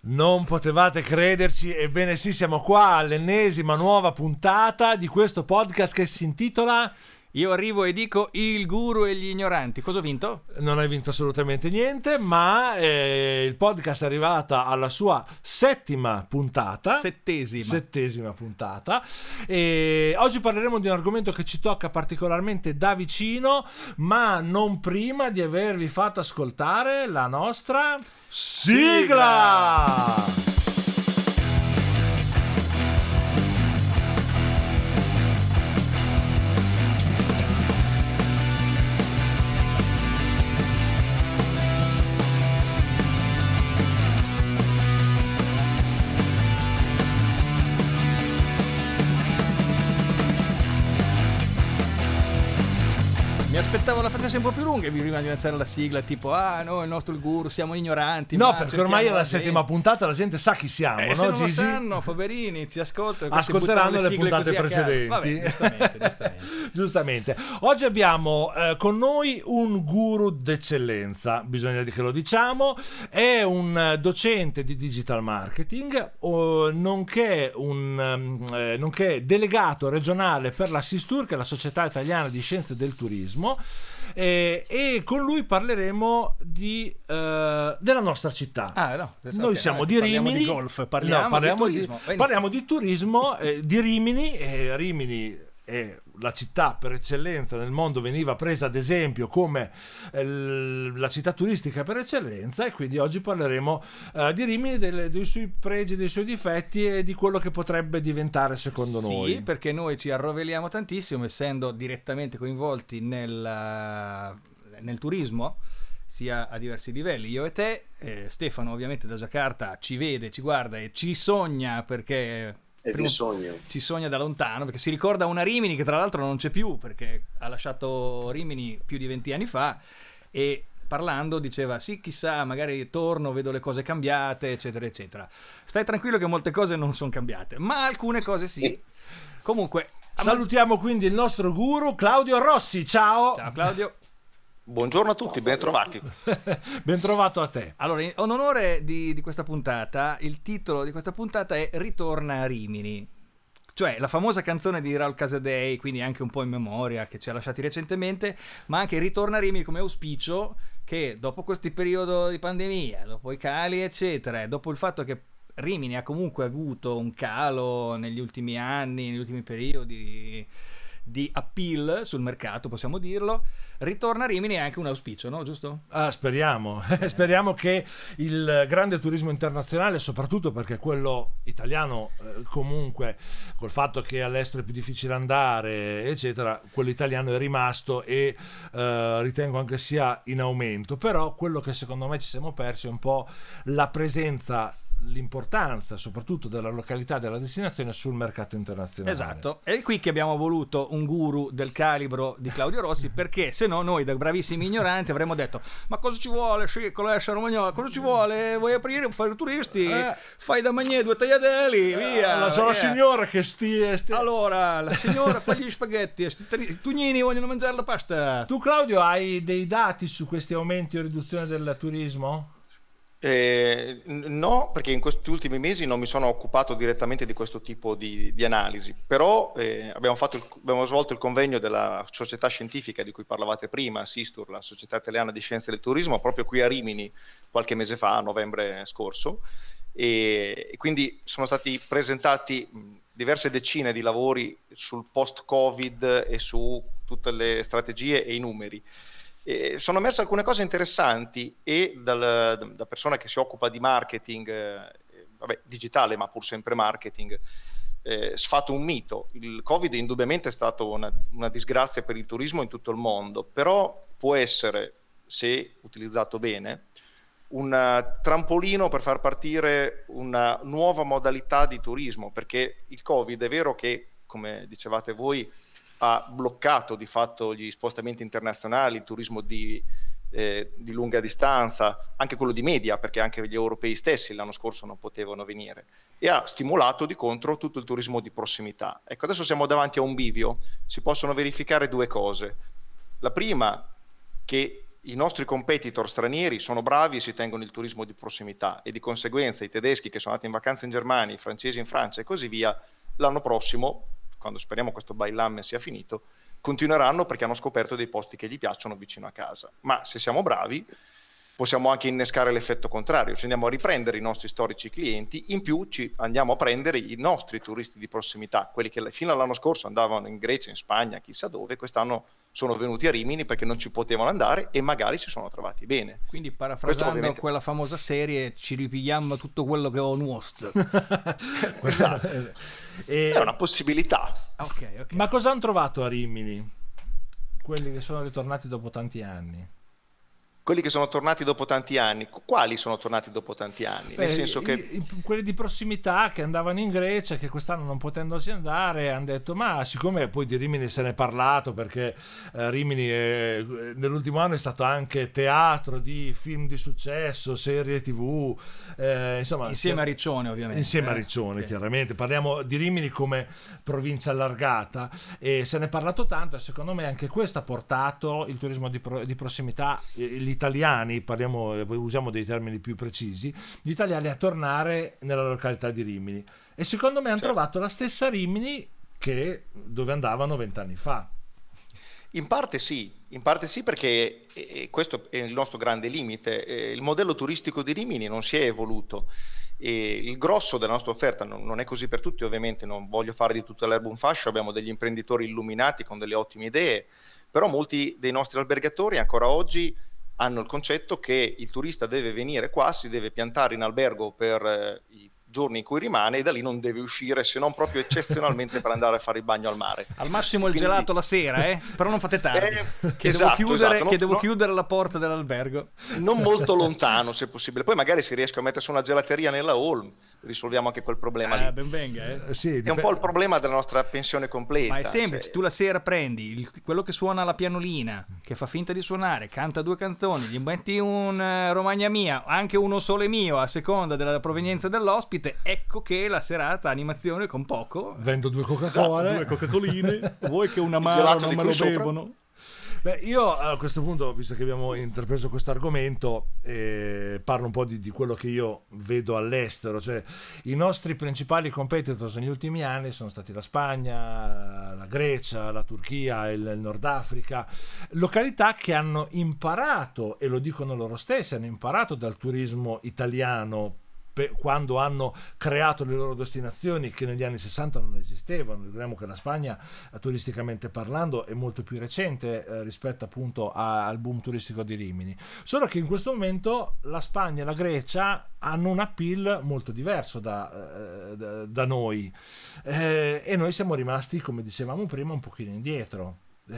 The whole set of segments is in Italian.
Non potevate crederci, ebbene sì, siamo qua all'ennesima nuova puntata di questo podcast che si intitola Io arrivo e dico il guru e gli ignoranti. Cosa ho vinto? Non hai vinto assolutamente niente, ma il podcast è arrivata alla sua settima puntata. Settesima puntata. E oggi parleremo di un argomento che ci tocca particolarmente da vicino, ma non prima di avervi fatto ascoltare la nostra sigla! Mi aspettavo la facesse un po' più lunga prima di iniziare la sigla, tipo no, il nostro guru, siamo ignoranti. No, perché ormai è la settima puntata, la gente sa chi siamo, no? Se non Gigi? lo sanno, poverini, ci ascoltano. Ascolteranno le puntate precedenti. Vabbè, giustamente. Oggi abbiamo con noi un guru d'eccellenza, bisogna che lo diciamo, è un docente di digital marketing, nonché delegato regionale per la SISTUR, che è la Società Italiana di Scienze del Turismo. E con lui parleremo della nostra città. Noi siamo di Rimini. Parliamo di golf, parliamo di turismo di Rimini. Rimini è la città per eccellenza nel mondo, veniva presa ad esempio come la città turistica per eccellenza, e quindi oggi parleremo di Rimini, dei suoi pregi, dei suoi difetti e di quello che potrebbe diventare secondo noi. Sì, perché noi ci arroveliamo tantissimo essendo direttamente coinvolti nel turismo, sia a diversi livelli. Io e te, Stefano ovviamente da Giacarta ci vede, ci guarda e ci sogna, perché ci sogna da lontano, perché si ricorda una Rimini che tra l'altro non c'è più, perché ha lasciato Rimini più di 20 anni fa, e parlando diceva sì, chissà, magari torno, vedo le cose cambiate, eccetera eccetera. Stai tranquillo che molte cose non sono cambiate, ma alcune cose sì. Comunque salutiamo quindi il nostro guru Claudio Rossi. Ciao Claudio. Buongiorno a tutti, ben trovati. Ben trovato a te. Allora, in onore di questa puntata, il titolo di questa puntata è Ritorna a Rimini, cioè la famosa canzone di Raul Casadei, quindi anche un po' in memoria, che ci ha lasciati recentemente, ma anche Ritorna a Rimini come auspicio che dopo questo periodo di pandemia, dopo i cali eccetera, dopo il fatto che Rimini ha comunque avuto un calo negli ultimi anni, negli ultimi periodi di appeal sul mercato, possiamo dirlo, Ritorna a Rimini è anche un auspicio, no? Giusto? Speriamo. Speriamo che il grande turismo internazionale, soprattutto perché quello italiano comunque, col fatto che all'estero è più difficile andare eccetera, quello italiano è rimasto e ritengo anche sia in aumento. Però quello che secondo me ci siamo persi è un po' la presenza, l'importanza soprattutto della località, della destinazione sul mercato internazionale. Esatto, è qui che abbiamo voluto un guru del calibro di Claudio Rossi, perché se no noi da bravissimi ignoranti avremmo detto ma cosa ci vuole, sì, con l'essere romagnolo, cosa ci vuole, vuoi aprire, fare turisti, fai da mangiare 2 tagliadelli, via. C'è la signora che allora la signora fa gli spaghetti, i tugnini vogliono mangiare la pasta. Tu Claudio hai dei dati su questi aumenti o riduzione del turismo? No, perché in questi ultimi mesi non mi sono occupato direttamente di questo tipo di analisi, però abbiamo svolto il convegno della società scientifica di cui parlavate prima, SISTUR, la Società Italiana di Scienze del Turismo, proprio qui a Rimini qualche mese fa, a novembre scorso, e quindi sono stati presentati diverse decine di lavori sul post-Covid e su tutte le strategie e i numeri. Sono emerse alcune cose interessanti e da persona che si occupa di marketing digitale, ma pur sempre marketing, sfato un mito. Il Covid indubbiamente è stato una disgrazia per il turismo in tutto il mondo, però può essere, se utilizzato bene, un trampolino per far partire una nuova modalità di turismo, perché il Covid è vero che, come dicevate voi, ha bloccato di fatto gli spostamenti internazionali, il turismo di lunga distanza, anche quello di media, perché anche gli europei stessi l'anno scorso non potevano venire, e ha stimolato di contro tutto il turismo di prossimità. Ecco, adesso siamo davanti a un bivio, si possono verificare due cose. La prima, che i nostri competitor stranieri sono bravi e si tengono il turismo di prossimità, e di conseguenza i tedeschi che sono andati in vacanza in Germania, i francesi in Francia e così via, l'anno prossimo, quando speriamo questo bailamme sia finito, continueranno perché hanno scoperto dei posti che gli piacciono vicino a casa. Ma se siamo bravi possiamo anche innescare l'effetto contrario, ci andiamo a riprendere i nostri storici clienti, in più ci andiamo a prendere i nostri turisti di prossimità, quelli che fino all'anno scorso andavano in Grecia, in Spagna, chissà dove, quest'anno sono venuti a Rimini perché non ci potevano andare e magari si sono trovati bene. Quindi parafrasando ovviamente quella famosa serie, ci ripigliamo tutto quello che ho nuost. Esatto. È una possibilità. Okay. Ma cosa hanno trovato a Rimini quelli che sono ritornati dopo tanti anni? Quelli che sono tornati dopo tanti anni, quali sono tornati dopo tanti anni? Beh, nel senso che quelli di prossimità che andavano in Grecia, che quest'anno non potendosi andare, hanno detto ma siccome poi di Rimini se ne è parlato perché Rimini nell'ultimo anno è stato anche teatro di film di successo, serie TV, insomma insieme a Riccione ovviamente, insieme a Riccione chiaramente, parliamo di Rimini come provincia allargata e se ne è parlato tanto, e secondo me anche questo ha portato il turismo di prossimità, gli italiani, usiamo dei termini più precisi, gli italiani a tornare nella località di Rimini, e secondo me hanno trovato la stessa Rimini che dove andavano 20 anni fa. In parte sì perché questo è il nostro grande limite, il modello turistico di Rimini non si è evoluto e il grosso della nostra offerta non è così per tutti, ovviamente non voglio fare di tutta l'erba un fascio, abbiamo degli imprenditori illuminati con delle ottime idee, però molti dei nostri albergatori ancora oggi hanno il concetto che il turista deve venire qua, si deve piantare in albergo per i giorni in cui rimane e da lì non deve uscire se non proprio eccezionalmente per andare a fare il bagno al mare. Al massimo il gelato la sera, però non fate tardi, che esatto, devo chiudere la porta dell'albergo. Non molto lontano se possibile, poi magari si riesce a mettere su una gelateria nella hall, risolviamo anche quel problema lì. Ben venga, Sì, è un po' il problema della nostra pensione completa. Ma è semplice, tu la sera prendi quello che suona la pianolina, che fa finta di suonare, canta 2 canzoni, gli metti un Romagna Mia, anche uno Sole Mio a seconda della provenienza dell'ospite, ecco che la serata animazione con poco. Vendo 2 Coca-Cola, 2 Coca-Coline, vuoi che un amaro non me lo bevono? Beh, io a questo punto, visto che abbiamo intrapreso questo argomento, parlo un po' di quello che io vedo all'estero, cioè i nostri principali competitors negli ultimi anni sono stati la Spagna, la Grecia, la Turchia, il Nord Africa, località che hanno imparato, e lo dicono loro stessi, hanno imparato dal turismo italiano quando hanno creato le loro destinazioni che negli anni 60 non esistevano. Ricordiamo che la Spagna, turisticamente parlando, è molto più recente rispetto appunto al boom turistico di Rimini, solo che in questo momento la Spagna e la Grecia hanno un appeal molto diverso da noi, e noi siamo rimasti, come dicevamo prima, un pochino indietro.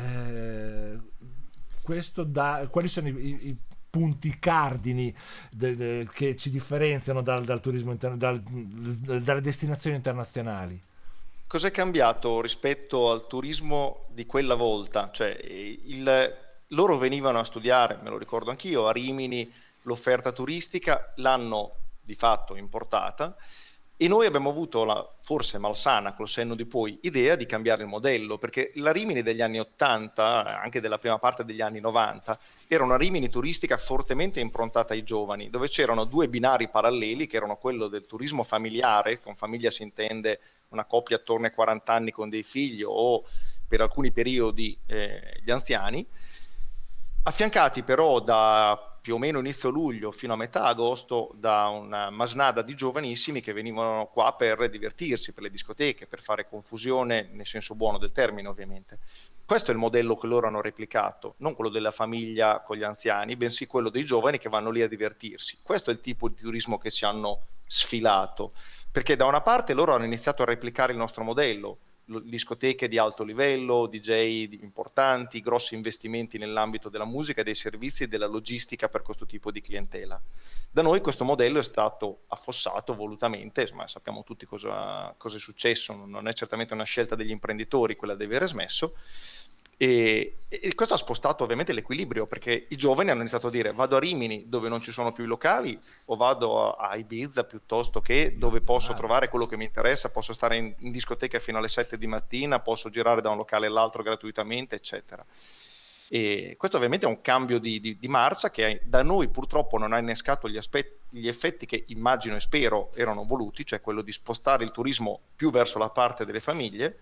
Quali sono i punti cardini che ci differenziano dal turismo dalle destinazioni internazionali? Cos'è cambiato rispetto al turismo di quella volta? Cioè, loro venivano a studiare, me lo ricordo anch'io, a Rimini l'offerta turistica, l'hanno di fatto importata, e noi abbiamo avuto la forse malsana, col senno di poi, idea di cambiare il modello, perché la Rimini degli anni 80, anche della prima parte degli anni 90, era una Rimini turistica fortemente improntata ai giovani, dove c'erano 2 binari paralleli, che erano quello del turismo familiare, con famiglia si intende una coppia attorno ai 40 anni con dei figli o per alcuni periodi gli anziani, affiancati però da più o meno inizio luglio fino a metà agosto da una masnada di giovanissimi che venivano qua per divertirsi, per le discoteche, per fare confusione nel senso buono del termine ovviamente. Questo è il modello che loro hanno replicato, non quello della famiglia con gli anziani, bensì quello dei giovani che vanno lì a divertirsi. Questo è il tipo di turismo che ci hanno sfilato, perché da una parte loro hanno iniziato a replicare il nostro modello, discoteche di alto livello, DJ importanti, grossi investimenti nell'ambito della musica, dei servizi e della logistica per questo tipo di clientela. Da noi questo modello è stato affossato volutamente, ma sappiamo tutti cosa è successo, non è certamente una scelta degli imprenditori quella di aver smesso, e questo ha spostato ovviamente l'equilibrio, perché i giovani hanno iniziato a dire vado a Rimini dove non ci sono più i locali o vado a Ibiza piuttosto che dove posso trovare quello che mi interessa, posso stare in discoteca fino alle 7 di mattina, posso girare da un locale all'altro gratuitamente, eccetera. E questo ovviamente è un cambio di marcia che da noi purtroppo non ha innescato gli effetti che immagino e spero erano voluti, cioè quello di spostare il turismo più verso la parte delle famiglie,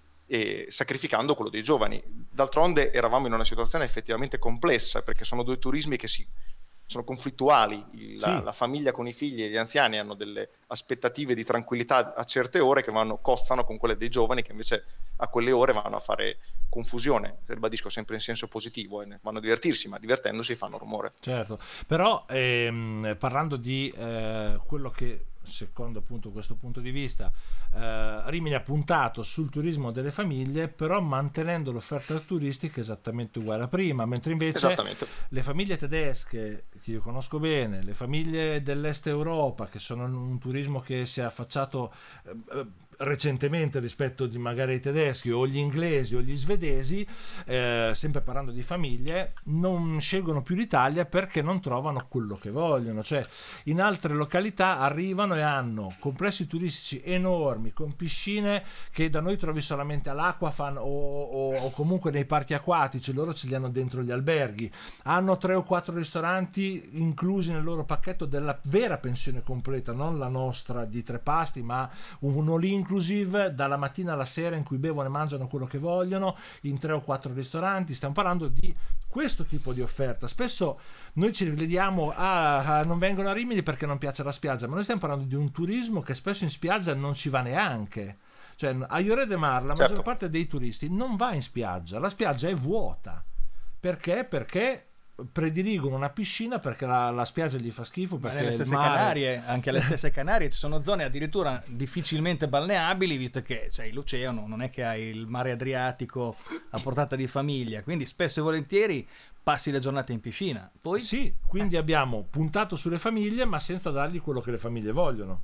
e sacrificando quello dei giovani. D'altronde eravamo in una situazione effettivamente complessa, perché sono due turismi che sono conflittuali. La famiglia con i figli e gli anziani hanno delle aspettative di tranquillità a certe ore che costano con quelle dei giovani, che invece a quelle ore vanno a fare confusione, ribadisco sempre in senso positivo, vanno a divertirsi, ma divertendosi fanno rumore. Certo, però parlando di quello che secondo appunto questo punto di vista Rimini ha puntato sul turismo delle famiglie, però mantenendo l'offerta turistica esattamente uguale a prima, mentre invece le famiglie tedesche, che io conosco bene, le famiglie dell'est Europa, che sono un turismo che si è affacciato recentemente rispetto di magari ai tedeschi o gli inglesi o gli svedesi, sempre parlando di famiglie, non scelgono più l'Italia perché non trovano quello che vogliono. Cioè in altre località arrivano e hanno complessi turistici enormi con piscine che da noi trovi solamente all'Aquafan o comunque nei parchi acquatici, loro ce li hanno dentro gli alberghi, hanno 3 o 4 ristoranti inclusi nel loro pacchetto della vera pensione completa, non la nostra di 3 pasti, ma un all inclusive dalla mattina alla sera in cui bevono e mangiano quello che vogliono in 3 o 4 ristoranti. Stiamo parlando di questo tipo di offerta. Spesso noi ci riglediamo non vengono a Rimini perché non piace la spiaggia, ma noi stiamo parlando di un turismo che spesso in spiaggia non ci va neanche. Cioè a Lloret de Mar la maggior parte dei turisti non va in spiaggia, la spiaggia è vuota. Perché prediligono una piscina perché la spiaggia gli fa schifo, perché nelle stesse Canarie, anche alle stesse Canarie ci sono zone addirittura difficilmente balneabili, visto che c'è l'oceano, non è che hai il mare Adriatico a portata di famiglia, quindi spesso e volentieri passi le giornate in piscina. Poi quindi abbiamo puntato sulle famiglie ma senza dargli quello che le famiglie vogliono.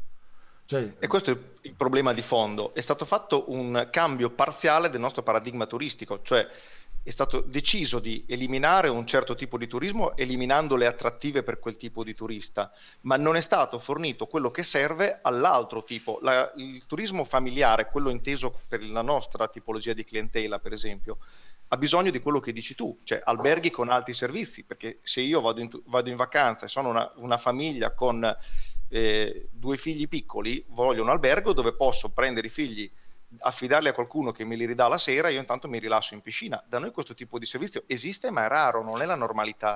E questo è il problema di fondo. È stato fatto un cambio parziale del nostro paradigma turistico, cioè è stato deciso di eliminare un certo tipo di turismo eliminando le attrattive per quel tipo di turista, ma non è stato fornito quello che serve all'altro tipo. Il turismo familiare, quello inteso per la nostra tipologia di clientela per esempio, ha bisogno di quello che dici tu, cioè alberghi con alti servizi, perché se io vado in vacanza e sono una famiglia con 2 figli piccoli, voglio un albergo dove posso prendere i figli, affidarli a qualcuno che me li ridà la sera, io intanto mi rilasso in piscina. Da noi questo tipo di servizio esiste ma è raro, non è la normalità.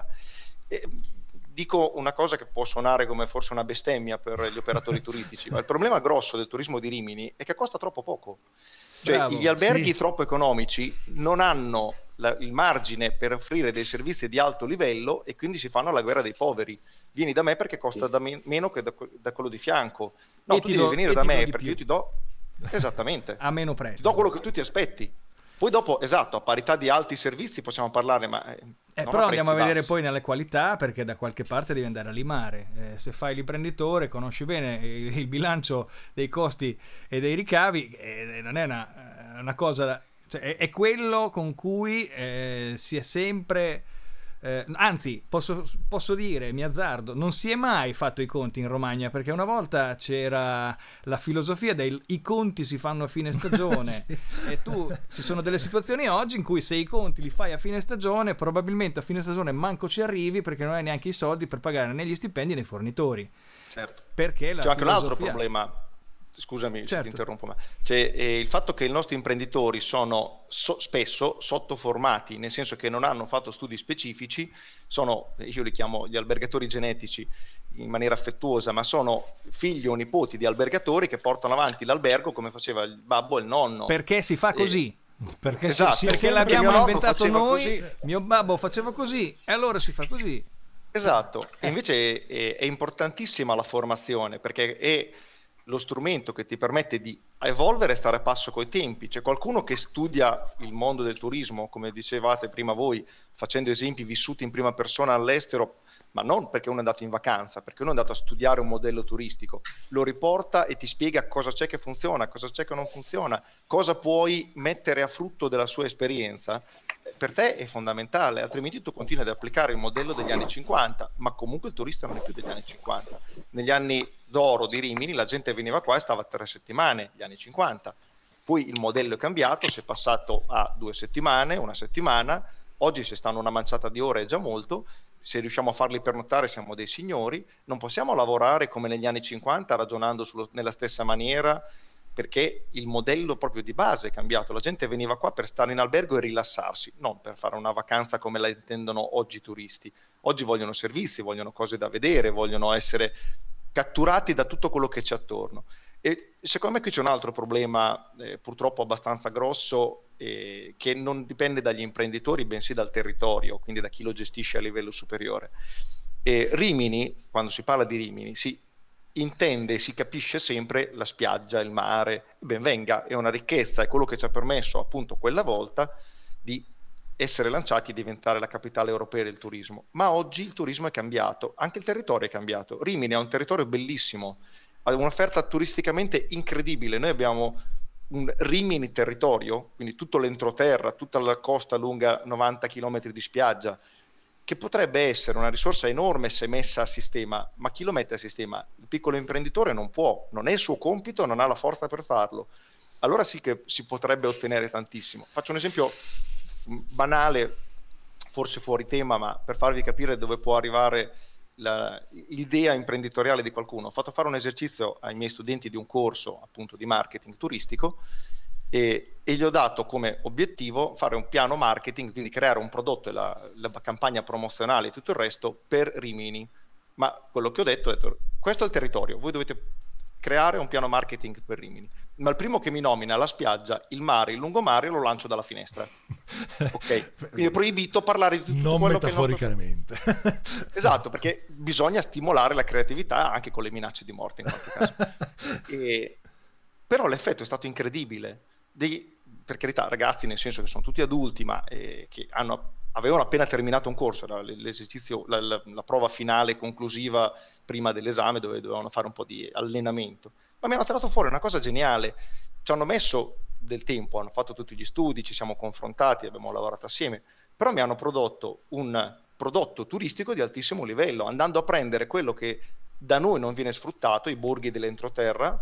Dico una cosa che può suonare come forse una bestemmia per gli operatori turistici, ma il problema grosso del turismo di Rimini è che costa troppo poco. Cioè gli alberghi troppo economici non hanno il margine per offrire dei servizi di alto livello e quindi si fanno la guerra dei poveri. Vieni da me perché costa meno che da quello di fianco. No, tu devi venire da me perché io ti do esattamente a meno prezzo, do quello che tu ti aspetti. Poi dopo, a parità di alti servizi possiamo parlare, ma però andiamo a vedere poi nelle qualità, perché da qualche parte devi andare a limare. Se fai l'imprenditore, conosci bene il bilancio dei costi e dei ricavi, non è una cosa, cioè, è quello con cui si è sempre anzi posso dire, mi azzardo, non si è mai fatto i conti in Romagna, perché una volta c'era la filosofia i conti si fanno a fine stagione e ci sono delle situazioni oggi in cui se i conti li fai a fine stagione, probabilmente a fine stagione manco ci arrivi perché non hai neanche i soldi per pagare né gli stipendi né i fornitori. Certo. Perché c'è anche un altro problema. Scusami se ti interrompo, ma il fatto che i nostri imprenditori sono spesso sottoformati, nel senso che non hanno fatto studi specifici, io li chiamo gli albergatori genetici in maniera affettuosa, ma sono figli o nipoti di albergatori che portano avanti l'albergo come faceva il babbo e il nonno. Perché si fa così? Perché l'abbiamo inventato noi, mio babbo faceva così e allora si fa così. Esatto, e invece è importantissima la formazione, perché è lo strumento che ti permette di evolvere e stare a passo coi tempi. C'è qualcuno che studia il mondo del turismo, come dicevate prima voi, facendo esempi vissuti in prima persona all'estero, ma non perché uno è andato in vacanza, perché uno è andato a studiare un modello turistico, lo riporta e ti spiega cosa c'è che funziona, cosa c'è che non funziona, cosa puoi mettere a frutto della sua esperienza. Per te è fondamentale, altrimenti tu continui ad applicare il modello degli anni 50, ma comunque il turista non è più degli anni 50. Negli anni d'oro di Rimini la gente veniva qua e stava 3 settimane, gli anni 50. Poi il modello è cambiato, si è passato a 2 settimane, 1 settimana, Oggi se stanno una manciata di ore è già molto, se riusciamo a farli pernottare siamo dei signori, non possiamo lavorare come negli anni 50 ragionando nella stessa maniera, perché il modello proprio di base è cambiato. La gente veniva qua per stare in albergo e rilassarsi, non per fare una vacanza come la intendono oggi i turisti. Oggi vogliono servizi, vogliono cose da vedere, vogliono essere catturati da tutto quello che c'è attorno. E secondo me qui c'è un altro problema purtroppo abbastanza grosso, che non dipende dagli imprenditori bensì dal territorio, quindi da chi lo gestisce a livello superiore. Rimini, quando si parla di Rimini, si intende, si capisce sempre la spiaggia, il mare, ben venga, è una ricchezza, è quello che ci ha permesso appunto quella volta di essere lanciati e diventare la capitale europea del turismo. Ma oggi il turismo è cambiato, anche il territorio è cambiato. Rimini è un territorio bellissimo, ha un'offerta turisticamente incredibile. Noi abbiamo un Rimini territorio, quindi tutto l'entroterra, tutta la costa lunga 90 km di spiaggia, che potrebbe essere una risorsa enorme se messa a sistema, ma chi lo mette a sistema? Il piccolo imprenditore non può, non è il suo compito, non ha la forza per farlo. Allora sì che si potrebbe ottenere tantissimo. Faccio un esempio banale, forse fuori tema, ma per farvi capire dove può arrivare l'idea imprenditoriale di qualcuno. Ho fatto fare un esercizio ai miei studenti di un corso appunto di marketing turistico e gli ho dato come obiettivo fare un piano marketing, quindi creare un prodotto e la campagna promozionale e tutto il resto per Rimini. Ma quello che ho detto, questo è il territorio, voi dovete creare un piano marketing per Rimini, ma il primo che mi nomina la spiaggia, il mare, il lungomare lo lancio dalla finestra. Ok, quindi è proibito parlare di tutto non quello metaforicamente. che esatto, perché bisogna stimolare la creatività anche con le minacce di morte in qualche caso. Però l'effetto è stato incredibile. Per carità, ragazzi, nel senso che sono tutti adulti, ma che avevano appena terminato un corso, era l'esercizio, la prova finale conclusiva prima dell'esame, dove dovevano fare un po' di allenamento. Ma mi hanno tirato fuori una cosa geniale. Ci hanno messo del tempo, hanno fatto tutti gli studi, ci siamo confrontati, abbiamo lavorato assieme, però mi hanno prodotto un prodotto turistico di altissimo livello, andando a prendere quello che da noi non viene sfruttato, i borghi dell'entroterra,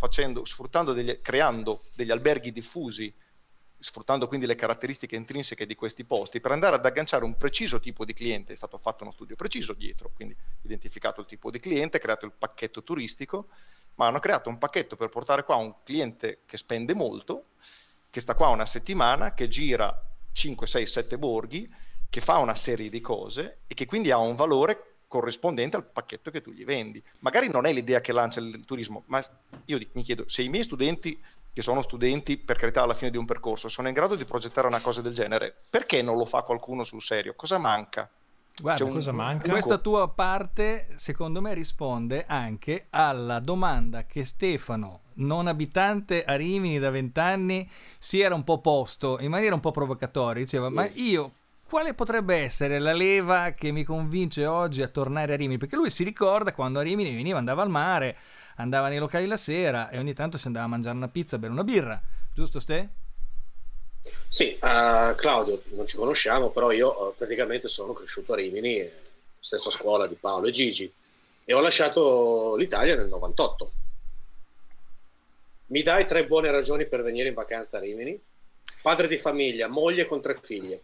creando degli alberghi diffusi, sfruttando quindi le caratteristiche intrinseche di questi posti, per andare ad agganciare un preciso tipo di cliente. È stato fatto uno studio preciso dietro, quindi identificato il tipo di cliente, creato il pacchetto turistico, ma hanno creato un pacchetto per portare qua un cliente che spende molto, che sta qua una settimana, che gira 5, 6, 7 borghi, che fa una serie di cose e che quindi ha un valore corrispondente al pacchetto che tu gli vendi. Magari non è l'idea che lancia il turismo, ma io mi chiedo, se i miei studenti, che sono studenti per carità alla fine di un percorso, sono in grado di progettare una cosa del genere, perché non lo fa qualcuno sul serio? Cosa manca? Guarda, cosa manca? Questa tua parte secondo me risponde anche alla domanda che Stefano, non abitante a Rimini da 20 anni, si era un po' posto in maniera un po' provocatoria. Diceva, ma io quale potrebbe essere la leva che mi convince oggi a tornare a Rimini? Perché lui si ricorda quando a Rimini veniva, andava al mare, andava nei locali la sera e ogni tanto si andava a mangiare una pizza, bere una birra, giusto Ste? Sì, Claudio, non ci conosciamo, però io praticamente sono cresciuto a Rimini, stessa scuola di Paolo e Gigi, e ho lasciato l'Italia nel 98. Mi dai 3 buone ragioni per venire in vacanza a Rimini? Padre di famiglia, moglie con 3 figlie.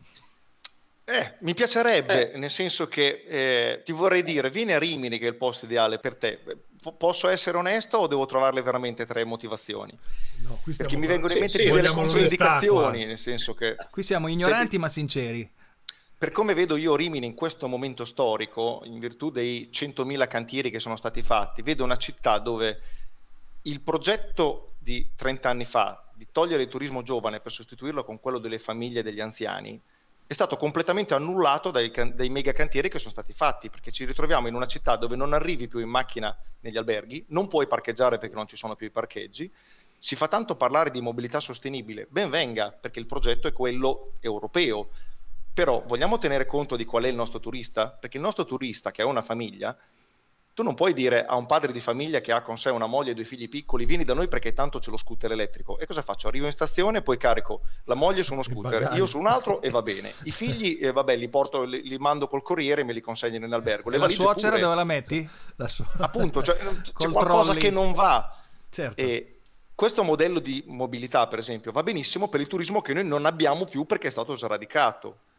Mi piacerebbe, nel senso che ti vorrei dire, vieni a Rimini che è il posto ideale per te. Posso essere onesto o devo trovarle veramente 3 motivazioni? No, perché mi vengono in mente delle controindicazioni, nel senso che qui siamo ignoranti ma sinceri. Per come vedo io Rimini in questo momento storico, in virtù dei 100.000 cantieri che sono stati fatti, vedo una città dove il progetto di 30 anni fa di togliere il turismo giovane per sostituirlo con quello delle famiglie e degli anziani è stato completamente annullato dai mega cantieri che sono stati fatti, perché ci ritroviamo in una città dove non arrivi più in macchina negli alberghi, non puoi parcheggiare perché non ci sono più i parcheggi, si fa tanto parlare di mobilità sostenibile, ben venga, perché il progetto è quello europeo, però vogliamo tenere conto di qual è il nostro turista? Perché il nostro turista che ha una famiglia, tu non puoi dire a un padre di famiglia che ha con sé una moglie e 2 figli piccoli, vieni da noi perché tanto c'è lo scooter elettrico. E cosa faccio? Arrivo in stazione, poi carico la moglie su uno scooter, io su un altro e va bene. I figli, vabbè, li porto, li mando col corriere e me li consegnano in albergo. La suocera dove la metti? Appunto, c'è qualcosa trolley che non va. Certo. E questo modello di mobilità, per esempio, va benissimo per il turismo che noi non abbiamo più perché è stato sradicato.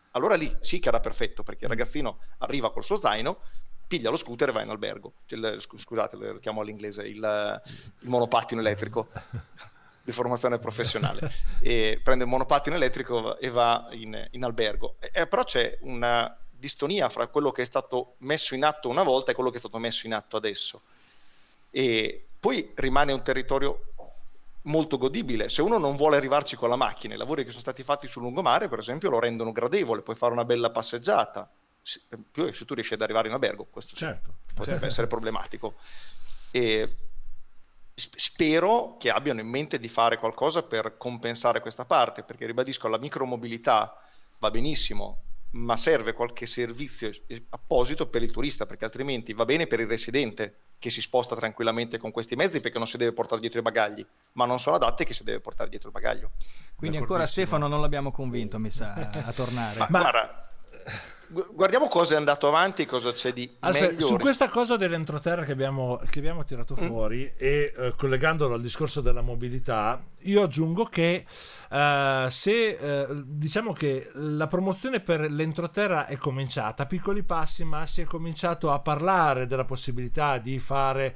allora lì sì che era perfetto, perché il ragazzino arriva col suo zaino, piglia lo scooter e va in albergo. Scusate, lo chiamo all'inglese, il monopattino elettrico di formazione professionale, e prende il monopattino elettrico e va in albergo. Però c'è una distonia fra quello che è stato messo in atto una volta e quello che è stato messo in atto adesso, e poi rimane un territorio molto godibile. Se uno non vuole arrivarci con la macchina, i lavori che sono stati fatti sul lungomare per esempio lo rendono gradevole, puoi fare una bella passeggiata, più se tu riesci ad arrivare in albergo, questo certo, potrebbe essere problematico, e spero che abbiano in mente di fare qualcosa per compensare questa parte, perché ribadisco, la micromobilità va benissimo, ma serve qualche servizio apposito per il turista, perché altrimenti va bene per il residente che si sposta tranquillamente con questi mezzi perché non si deve portare dietro i bagagli, ma non sono adatte che si deve portare dietro il bagaglio. Quindi ancora Stefano non l'abbiamo convinto, mi sa, a tornare. Ma guarda, guardiamo cosa è andato avanti, cosa c'è di meglio. Su questa cosa dell'entroterra che abbiamo tirato fuori, e collegandolo al discorso della mobilità, io aggiungo che diciamo che la promozione per l'entroterra è cominciata a piccoli passi, ma si è cominciato a parlare della possibilità di fare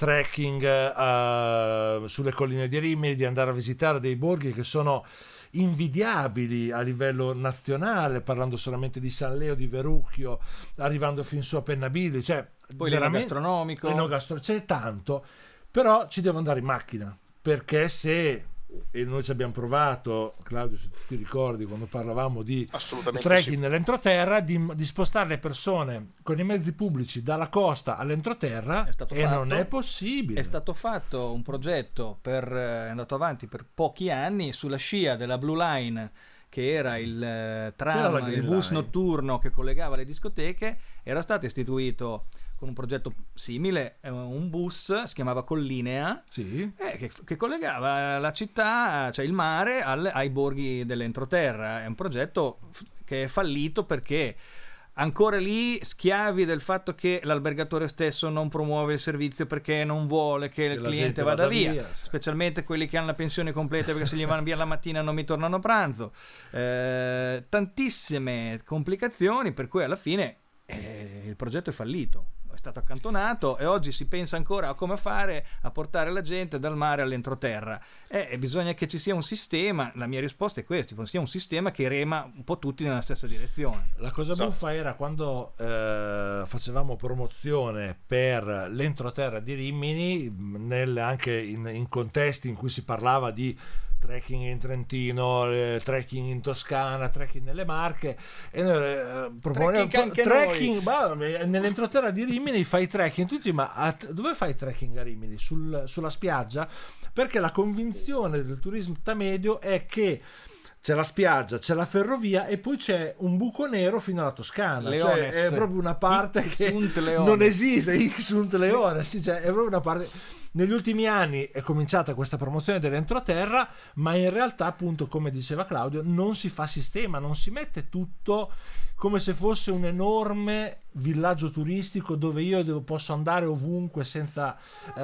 trekking sulle colline di Rimini, di andare a visitare dei borghi che sono invidiabili a livello nazionale, parlando solamente di San Leo, di Verrucchio, arrivando fin su a Pennabili, cioè poi l'enogastronomico, c'è tanto, però ci devo andare in macchina, perché se, e noi ci abbiamo provato, Claudio, se ti ricordi quando parlavamo di trekking nell'entroterra, di spostare le persone con i mezzi pubblici dalla costa all'entroterra, non è possibile. È stato fatto un progetto è andato avanti per pochi anni sulla scia della Blue Line, che era il tram, il bus notturno che collegava le discoteche. Era stato istituito con un progetto simile, un bus, si chiamava Collinea, sì, che collegava la città, cioè il mare, ai borghi dell'entroterra. È un progetto che è fallito perché ancora lì schiavi del fatto che l'albergatore stesso non promuove il servizio perché non vuole che il cliente vada via, specialmente quelli che hanno la pensione completa, perché se gli vanno via la mattina non mi tornano a pranzo. Tantissime complicazioni, per cui alla fine il progetto è fallito, è stato accantonato, e oggi si pensa ancora a come fare a portare la gente dal mare all'entroterra, e bisogna che ci sia un sistema. La mia risposta è questa: sia un sistema che rema un po' tutti nella stessa direzione. La cosa buffa era quando facevamo promozione per l'entroterra di Rimini, anche in contesti in cui si parlava di trekking in Trentino, trekking in Toscana, trekking nelle Marche, e noi proponiamo trekking nell'entroterra di Rimini. Fai trekking tutti, ma dove fai trekking a Rimini? Sulla spiaggia? Perché la convinzione del turista medio è che c'è la spiaggia, c'è la ferrovia e poi c'è un buco nero fino alla Toscana. Leones. Cioè è proprio una parte che non esiste, Ixunt Leones, cioè è proprio una parte. Negli ultimi anni è cominciata questa promozione dell'entroterra, ma in realtà, appunto, come diceva Claudio, non si fa sistema, non si mette tutto come se fosse un enorme villaggio turistico dove io posso andare ovunque senza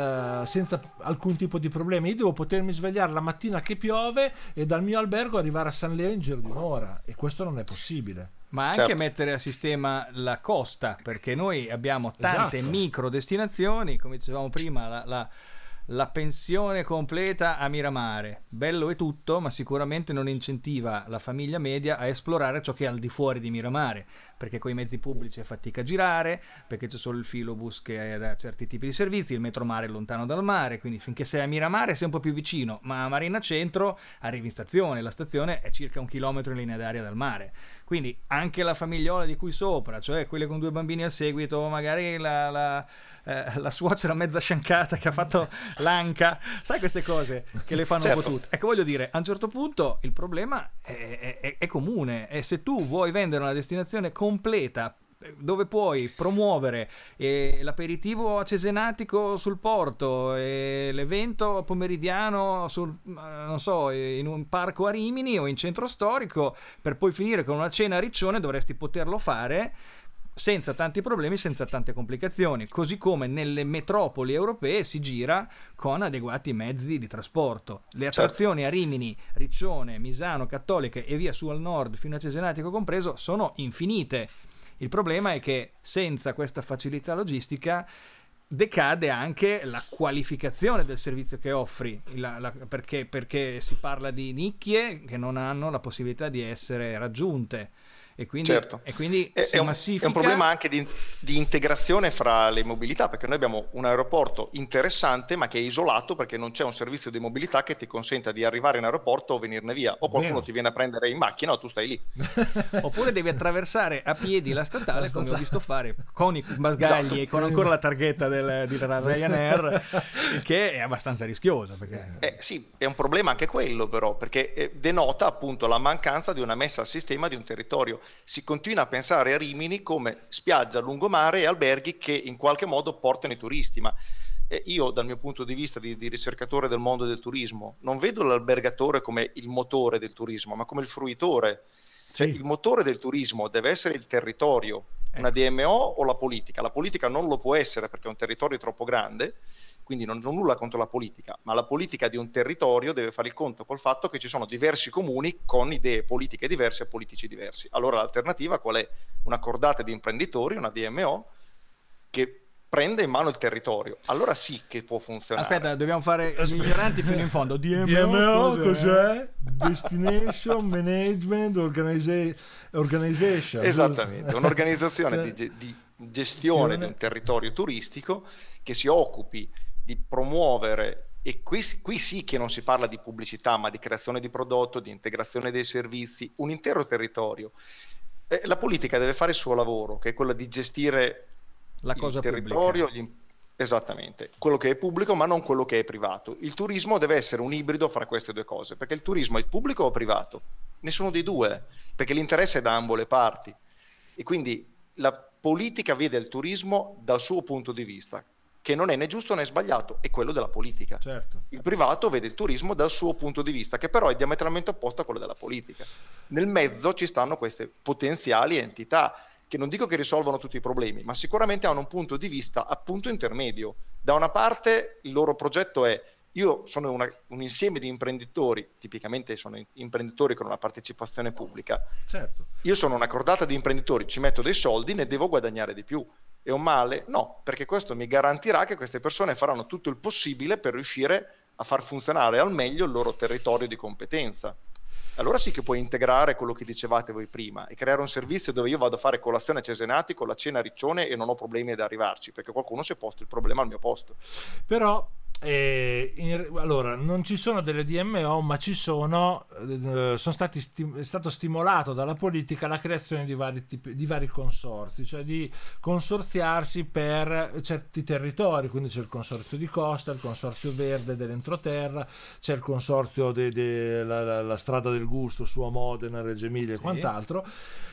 alcun tipo di problemi. Io devo potermi svegliare la mattina che piove e dal mio albergo arrivare a San Leo in giro di un'ora, e questo non è possibile. Ma anche mettere a sistema la costa, perché noi abbiamo tante micro destinazioni, come dicevamo prima, la pensione completa a Miramare, bello e tutto, ma sicuramente non incentiva la famiglia media a esplorare ciò che è al di fuori di Miramare, perché con i mezzi pubblici è fatica a girare, perché c'è solo il filobus che dà certi tipi di servizi, il metromare è lontano dal mare, quindi finché sei a Miramare sei un po' più vicino, ma a Marina Centro arrivi in stazione, la stazione è circa 1 chilometro in linea d'aria dal mare, quindi anche la famigliola di cui sopra, cioè quelle con 2 bambini al seguito, magari la suocera mezza sciancata che ha fatto l'anca, sai, queste cose che le fanno un po' tutte. Ecco, voglio dire, a un certo punto il problema è comune, e se tu vuoi vendere una destinazione completa dove puoi promuovere l'aperitivo a Cesenatico sul porto e l'evento pomeridiano non so, in un parco a Rimini o in centro storico, per poi finire con una cena a Riccione, dovresti poterlo fare senza tanti problemi, senza tante complicazioni, così come nelle metropoli europee si gira con adeguati mezzi di trasporto. Le attrazioni a Rimini, Riccione, Misano, Cattoliche e via su al nord fino a Cesenatico compreso sono infinite. Il problema è che senza questa facilità logistica decade anche la qualificazione del servizio che offri, perché si parla di nicchie che non hanno la possibilità di essere raggiunte. E quindi, si massifica. È un problema anche di integrazione fra le mobilità, perché noi abbiamo un aeroporto interessante ma che è isolato perché non c'è un servizio di mobilità che ti consenta di arrivare in aeroporto o venirne via, o qualcuno ti viene a prendere in macchina o tu stai lì. Oppure devi attraversare a piedi la statale, come ho visto fare con i bagagli e con ancora la targhetta di Ryanair, il che è abbastanza rischioso perché... sì, è un problema anche quello però, perché denota appunto la mancanza di una messa a sistema di un territorio. Si continua a pensare a Rimini come spiaggia, lungomare e alberghi che in qualche modo portano i turisti, ma io dal mio punto di vista di ricercatore del mondo del turismo non vedo l'albergatore come il motore del turismo, ma come il fruitore. Cioè, il motore del turismo deve essere il territorio, una DMO o la politica. La politica non lo può essere perché è un territorio troppo grande, quindi non ho nulla contro la politica, ma la politica di un territorio deve fare il conto col fatto che ci sono diversi comuni con idee politiche diverse e politici diversi. Allora l'alternativa qual è? Una cordata di imprenditori, una DMO, che prende in mano il territorio. Allora sì che può funzionare. Aspetta, dobbiamo fare gli ignoranti fino in fondo. DMO cos'è? Destination Management Organization. Esattamente, un'organizzazione di gestione di un territorio turistico che si occupi di promuovere, e qui sì che non si parla di pubblicità ma di creazione di prodotto, di integrazione dei servizi, un intero territorio. La politica deve fare il suo lavoro, che è quello di gestire la cosa il territorio, esattamente, quello che è pubblico ma non quello che è privato. Il turismo deve essere un ibrido fra queste due cose, perché il turismo è pubblico o privato? Nessuno dei due, perché l'interesse è da ambo le parti, e quindi la politica vede il turismo dal suo punto di vista, che non è né giusto né sbagliato, è quello della politica. Certo. Il privato vede il turismo dal suo punto di vista, che però è diametralmente opposto a quello della politica. Nel mezzo ci stanno queste potenziali entità che non dico che risolvono tutti i problemi, ma sicuramente hanno un punto di vista appunto intermedio. Da una parte il loro progetto è: io sono un insieme di imprenditori, tipicamente sono imprenditori con una partecipazione pubblica. Certo. Io sono una cordata di imprenditori, ci metto dei soldi, ne devo guadagnare di più. È un male? No, perché questo mi garantirà che queste persone faranno tutto il possibile per riuscire a far funzionare al meglio il loro territorio di competenza. Allora sì che puoi integrare quello che dicevate voi prima e creare un servizio dove io vado a fare colazione a Cesenatico, la cena a Riccione e non ho problemi ad arrivarci, perché qualcuno si è posto il problema al mio posto. Però allora non ci sono delle DMO, ma ci sono è stato stimolato dalla politica la creazione di vari consorzi, cioè di consorziarsi per certi territori. Quindi c'è il consorzio di costa, il consorzio verde dell'entroterra, c'è il consorzio della strada del gusto su a Modena, Reggio Emilia e quant'altro,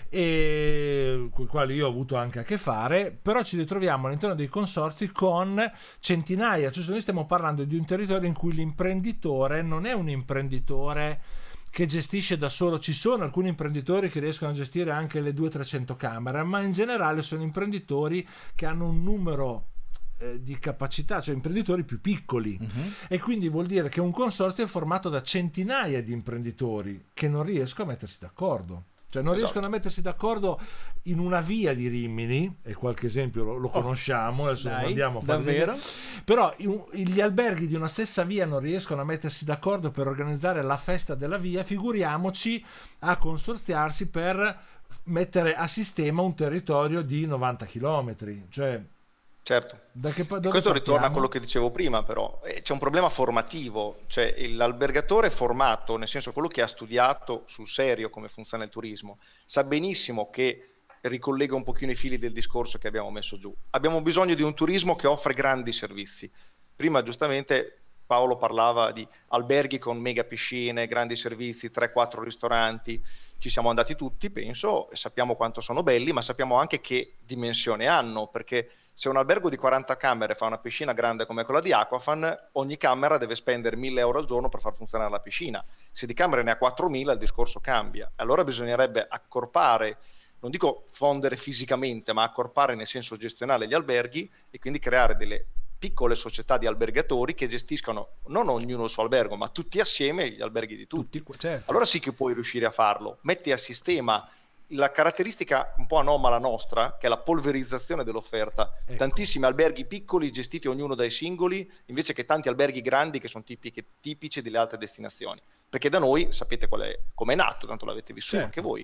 e con i quali io ho avuto anche a che fare. Però ci ritroviamo all'interno dei consorzi con centinaia, cioè noi stiamo parlando di un territorio in cui l'imprenditore non è un imprenditore che gestisce da solo. Ci sono alcuni imprenditori che riescono a gestire anche le 200-300 camere, ma in generale sono imprenditori che hanno un numero di capacità, cioè imprenditori più piccoli. E quindi vuol dire che un consorzio è formato da centinaia di imprenditori che non riescono a mettersi d'accordo. Cioè non riescono a mettersi d'accordo in una via di Rimini, e qualche esempio lo conosciamo, adesso non andiamo a fare davvero? Però gli alberghi di una stessa via non riescono a mettersi d'accordo per organizzare la festa della via, figuriamoci a consorziarsi per mettere a sistema un territorio di 90 chilometri. Cioè, certo, questo partiamo? Ritorna a quello che dicevo prima, però c'è un problema formativo, cioè l'albergatore formato, nel senso quello che ha studiato sul serio come funziona il turismo, sa benissimo che ricollega un pochino i fili del discorso che abbiamo messo giù. Abbiamo bisogno di un turismo che offre grandi servizi. Prima giustamente Paolo parlava di alberghi con mega piscine, grandi servizi, 3-4 ristoranti. Ci siamo andati tutti, penso, e sappiamo quanto sono belli, ma sappiamo anche che dimensione hanno, perché se un albergo di 40 camere fa una piscina grande come quella di Aquafan, ogni camera deve spendere 1.000 euro al giorno per far funzionare la piscina. Se di camere ne ha 4.000 il discorso cambia. Allora bisognerebbe accorpare non dico fondere fisicamente, ma accorpare nel senso gestionale gli alberghi e quindi creare delle piccole società di albergatori che gestiscono non ognuno il suo albergo, ma tutti assieme gli alberghi di tutti. Certo. Allora sì che puoi riuscire a farlo. Metti a sistema la caratteristica un po' anomala nostra, che è la polverizzazione dell'offerta. Ecco. Tantissimi alberghi piccoli gestiti ognuno dai singoli, invece che tanti alberghi grandi che sono tipici delle altre destinazioni. Perché da noi, sapete come è nato, tanto l'avete vissuto anche voi.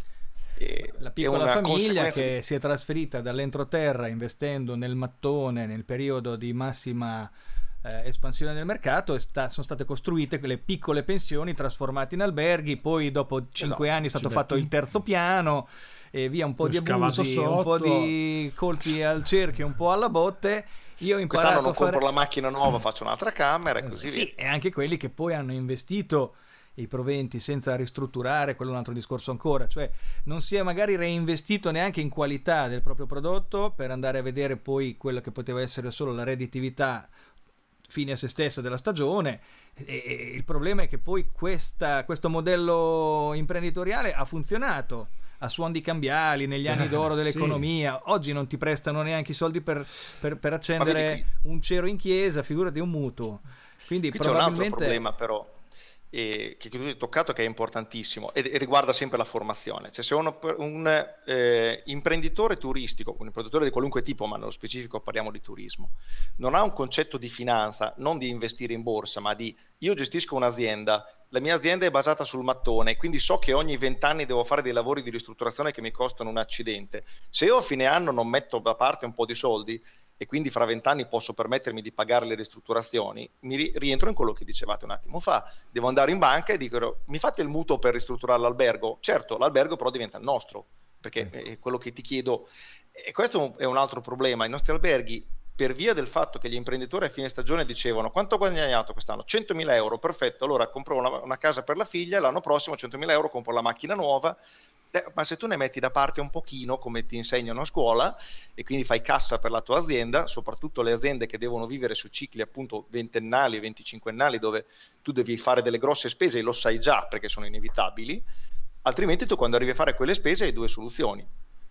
La piccola famiglia che si è trasferita dall'entroterra investendo nel mattone nel periodo di massima espansione del mercato, e sono state costruite quelle piccole pensioni trasformate in alberghi, poi dopo 5 anni è stato fatto il terzo piano e via, un po' di abusi, un po' di colpi al cerchio, un po' alla botte. Io ho imparato quest'anno non compro la macchina nuova, faccio un'altra camera e così via. E anche quelli che poi hanno investito i proventi senza ristrutturare, quello è un altro discorso ancora, cioè non si è magari reinvestito neanche in qualità del proprio prodotto per andare a vedere poi quello che poteva essere solo la redditività fine a se stessa della stagione. E il problema è che poi questo modello imprenditoriale ha funzionato a suon di cambiali negli anni d'oro dell'economia. Oggi non ti prestano neanche i soldi per accendere un cero in chiesa, figurati un mutuo. Quindi qui probabilmente c'è un altro problema però che tu hai toccato, che è importantissimo e riguarda sempre la formazione. Cioè, se un imprenditore turistico, un imprenditore di qualunque tipo, ma nello specifico parliamo di turismo, non ha un concetto di finanza, non di investire in borsa, ma di io gestisco un'azienda, la mia azienda è basata sul mattone, quindi so che ogni 20 anni devo fare dei lavori di ristrutturazione che mi costano un accidente. Se io a fine anno non metto da parte un po' di soldi e quindi fra 20 anni posso permettermi di pagare le ristrutturazioni, mi rientro in quello che dicevate un attimo fa, devo andare in banca e dico mi fate il mutuo per ristrutturare l'albergo? Certo, l'albergo però diventa il nostro, perché è quello che ti chiedo, e questo è un altro problema. I nostri alberghi, per via del fatto che gli imprenditori a fine stagione dicevano quanto ho guadagnato quest'anno? 100.000 euro, perfetto, allora compro una casa per la figlia, l'anno prossimo 100.000 euro compro la macchina nuova. Ma se tu ne metti da parte un pochino, come ti insegnano a scuola, e quindi fai cassa per la tua azienda, soprattutto le aziende che devono vivere su cicli appunto ventennali e 25ennali, dove tu devi fare delle grosse spese e lo sai già perché sono inevitabili, altrimenti tu quando arrivi a fare quelle spese hai due soluzioni: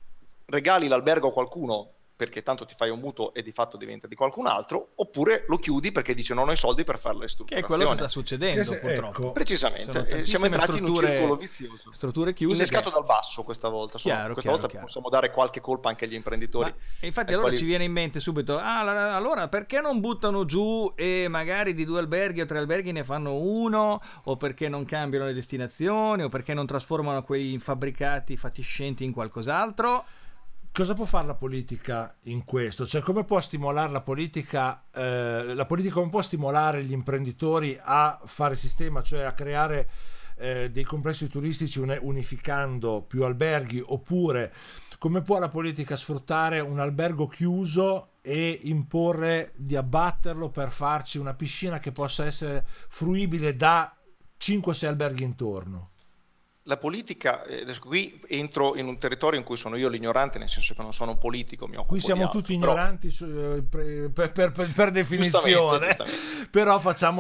regali l'albergo a qualcuno perché tanto ti fai un mutuo e di fatto diventa di qualcun altro, oppure lo chiudi perché dice non ho i soldi per fare le ristrutturazioni. Che è quello che sta succedendo purtroppo. Ecco. Precisamente, siamo entrati in un circolo vizioso. Strutture chiuse. Innescato dal basso questa volta. Questa volta possiamo dare qualche colpa anche agli imprenditori. E infatti allora ci viene in mente subito, allora perché non buttano giù e magari di 2 alberghi o 3 alberghi ne fanno uno, o perché non cambiano le destinazioni, o perché non trasformano quei fabbricati fatiscenti in qualcos'altro? Cosa può fare la politica in questo? Cioè, come può stimolare la politica come può stimolare gli imprenditori a fare sistema, cioè a creare dei complessi turistici unificando più alberghi, oppure come può la politica sfruttare un albergo chiuso e imporre di abbatterlo per farci una piscina che possa essere fruibile da 5-6 alberghi intorno? La politica, adesso qui entro in un territorio in cui sono io l'ignorante, nel senso che non sono un politico, mi occupo qui siamo di altro, tutti ignoranti per definizione, giustamente. Però facciamo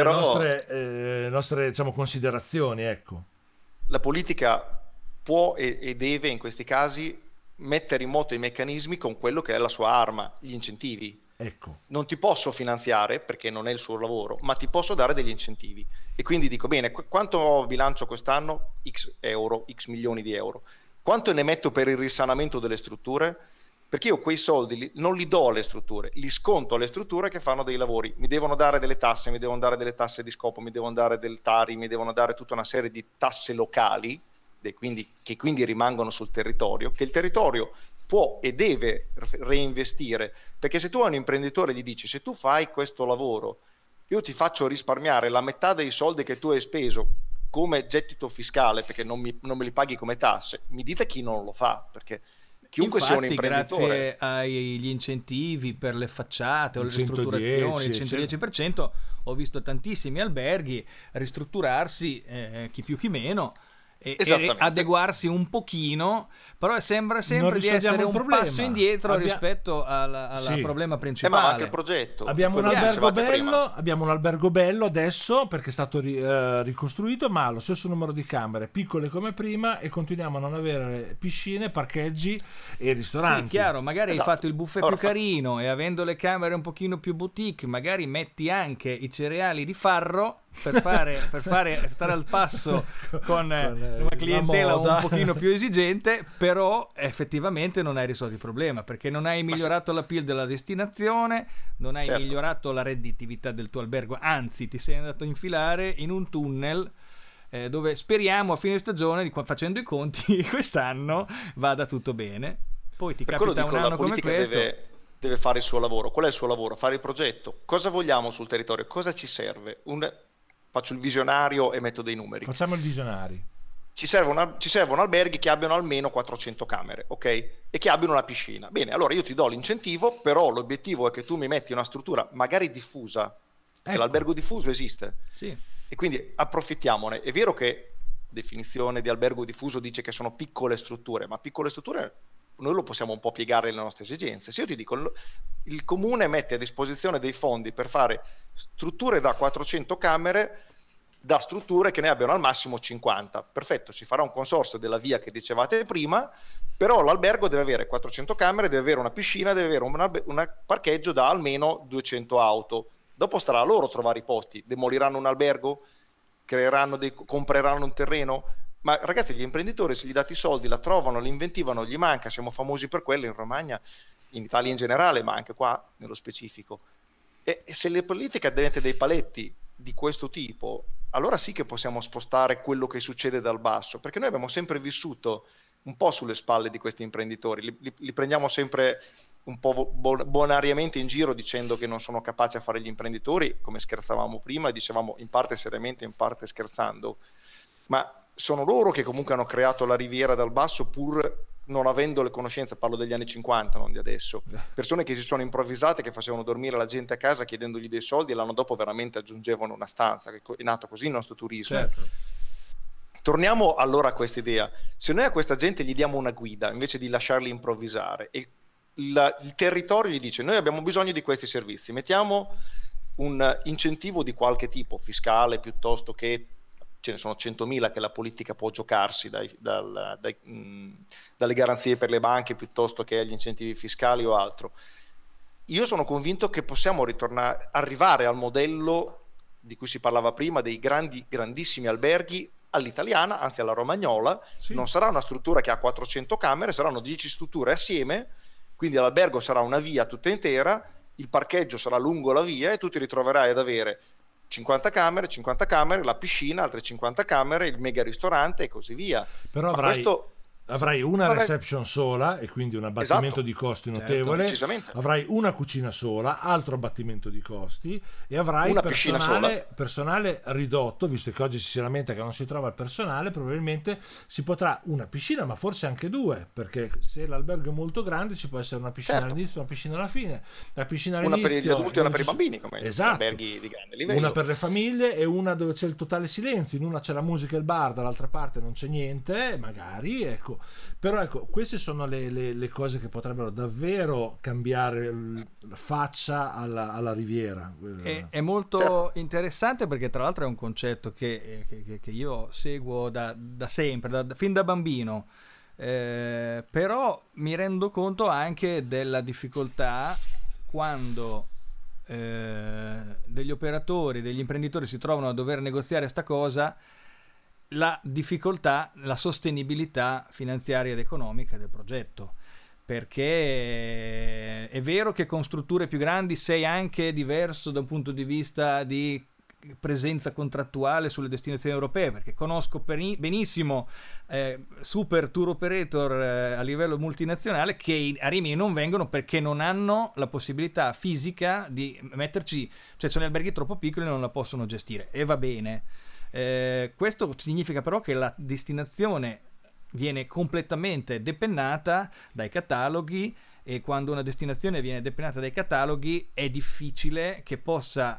le nostre diciamo, considerazioni. Ecco. La politica può e deve in questi casi mettere in moto i meccanismi con quello che è la sua arma, gli incentivi. Ecco. Non ti posso finanziare perché non è il suo lavoro, ma ti posso dare degli incentivi. E quindi dico, bene, quanto bilancio quest'anno? X euro, X milioni di euro. Quanto ne metto per il risanamento delle strutture? Perché io quei soldi non li do alle strutture, li sconto alle strutture che fanno dei lavori. Mi devono dare delle tasse, mi devono dare delle tasse di scopo, mi devono dare del Tari, mi devono dare tutta una serie di tasse locali, che quindi rimangono sul territorio, che il territorio può e deve reinvestire. Perché se tu a un imprenditore gli dici, se tu fai questo lavoro, io ti faccio risparmiare la metà dei soldi che tu hai speso come gettito fiscale, perché non me li paghi come tasse, mi dite chi non lo fa, perché chiunque sia un imprenditore... grazie agli incentivi per le facciate o le ristrutturazioni, il 110%, ho visto tantissimi alberghi ristrutturarsi, chi più chi meno, e adeguarsi un pochino, però sembra sempre di essere un passo indietro rispetto al problema principale. Ma anche il progetto. Abbiamo un albergo bello adesso perché è stato ricostruito, ma lo stesso numero di camere, piccole come prima, e continuiamo a non avere piscine, parcheggi e ristoranti. Sì, chiaro, magari hai fatto il buffet più carino, e avendo le camere un pochino più boutique, magari metti anche i cereali di farro per stare al passo con una clientela un pochino più esigente, però effettivamente non hai risolto il problema, perché non hai migliorato l'appeal della destinazione, non hai migliorato la redditività del tuo albergo, anzi ti sei andato a infilare in un tunnel dove speriamo a fine stagione, facendo i conti, quest'anno vada tutto bene. Poi ti capita un anno come questo. Deve fare il suo lavoro. Qual è il suo lavoro? Fare il progetto. Cosa vogliamo sul territorio? Cosa ci serve? Faccio il visionario e metto dei numeri. Facciamo il visionario. Ci servono alberghi che abbiano almeno 400 camere, ok? E che abbiano una piscina. Bene, allora io ti do l'incentivo, però l'obiettivo è che tu mi metti una struttura magari diffusa. Ecco. L'albergo diffuso esiste. Sì. E quindi approfittiamone. È vero che definizione di albergo diffuso dice che sono piccole strutture, ma piccole strutture noi lo possiamo un po' piegare alle nostre esigenze. Se io ti dico il comune mette a disposizione dei fondi per fare strutture da 400 camere, da strutture che ne abbiano al massimo 50, perfetto, si farà un consorzio della via che dicevate prima, però l'albergo deve avere 400 camere, deve avere una piscina, deve avere un parcheggio da almeno 200 auto. Dopo starà a loro trovare i posti. Demoliranno un albergo, compreranno un terreno. Ma ragazzi, gli imprenditori, se gli date i soldi, la trovano, l'inventivano, gli manca. Siamo famosi per quello in Romagna, in Italia in generale, ma anche qua nello specifico. E se le politiche diventano dei paletti di questo tipo, allora sì che possiamo spostare quello che succede dal basso, perché noi abbiamo sempre vissuto un po' sulle spalle di questi imprenditori, li prendiamo sempre un po' bonariamente in giro dicendo che non sono capaci a fare gli imprenditori, come scherzavamo prima, e dicevamo in parte seriamente, in parte scherzando, ma sono loro che comunque hanno creato la Riviera dal basso pur non avendo le conoscenze. Parlo degli anni 50, non di adesso. Persone che si sono improvvisate, che facevano dormire la gente a casa chiedendogli dei soldi, e l'anno dopo veramente aggiungevano una stanza. Che è nato così il nostro turismo. Certo. Torniamo allora a questa idea. Se noi a questa gente gli diamo una guida invece di lasciarli improvvisare, e il territorio gli dice: noi abbiamo bisogno di questi servizi, mettiamo un incentivo di qualche tipo, fiscale, piuttosto che ce ne sono 100.000 che la politica può giocarsi, dalle garanzie per le banche piuttosto che agli incentivi fiscali o altro. Io sono convinto che possiamo arrivare al modello di cui si parlava prima, dei grandissimi alberghi all'italiana, anzi alla romagnola. Sì. Non sarà una struttura che ha 400 camere, saranno 10 strutture assieme, quindi l'albergo sarà una via tutta intera, il parcheggio sarà lungo la via e tu ti ritroverai ad avere 50 camere, la piscina, altre 50 camere, il mega ristorante e così via. Però avrai una reception sola e quindi un abbattimento di costi notevole, avrai una cucina sola, altro abbattimento di costi, e avrai personale ridotto, visto che oggi si lamenta che non si trova il personale. Probabilmente si potrà una piscina, ma forse anche due, perché se l'albergo è molto grande ci può essere una piscina all'inizio e una piscina alla fine. La piscina una per gli adulti e una per i bambini, come alberghi di grande livello. Una per le famiglie e una dove c'è il totale silenzio, in una c'è la musica e il bar, dall'altra parte non c'è niente, magari, ecco. Però ecco, queste sono le cose che potrebbero davvero cambiare la faccia alla Riviera. È molto interessante, perché tra l'altro è un concetto che io seguo da sempre, fin da bambino, però mi rendo conto anche della difficoltà quando degli operatori, degli imprenditori si trovano a dover negoziare sta cosa, la difficoltà, la sostenibilità finanziaria ed economica del progetto, perché è vero che con strutture più grandi sei anche diverso da un punto di vista di presenza contrattuale sulle destinazioni europee, perché conosco benissimo super tour operator a livello multinazionale che a Rimini non vengono perché non hanno la possibilità fisica di metterci, cioè sono alberghi troppo piccoli e non la possono gestire, e va bene. Questo significa però che la destinazione viene completamente depennata dai cataloghi, e quando una destinazione viene depennata dai cataloghi è difficile che possa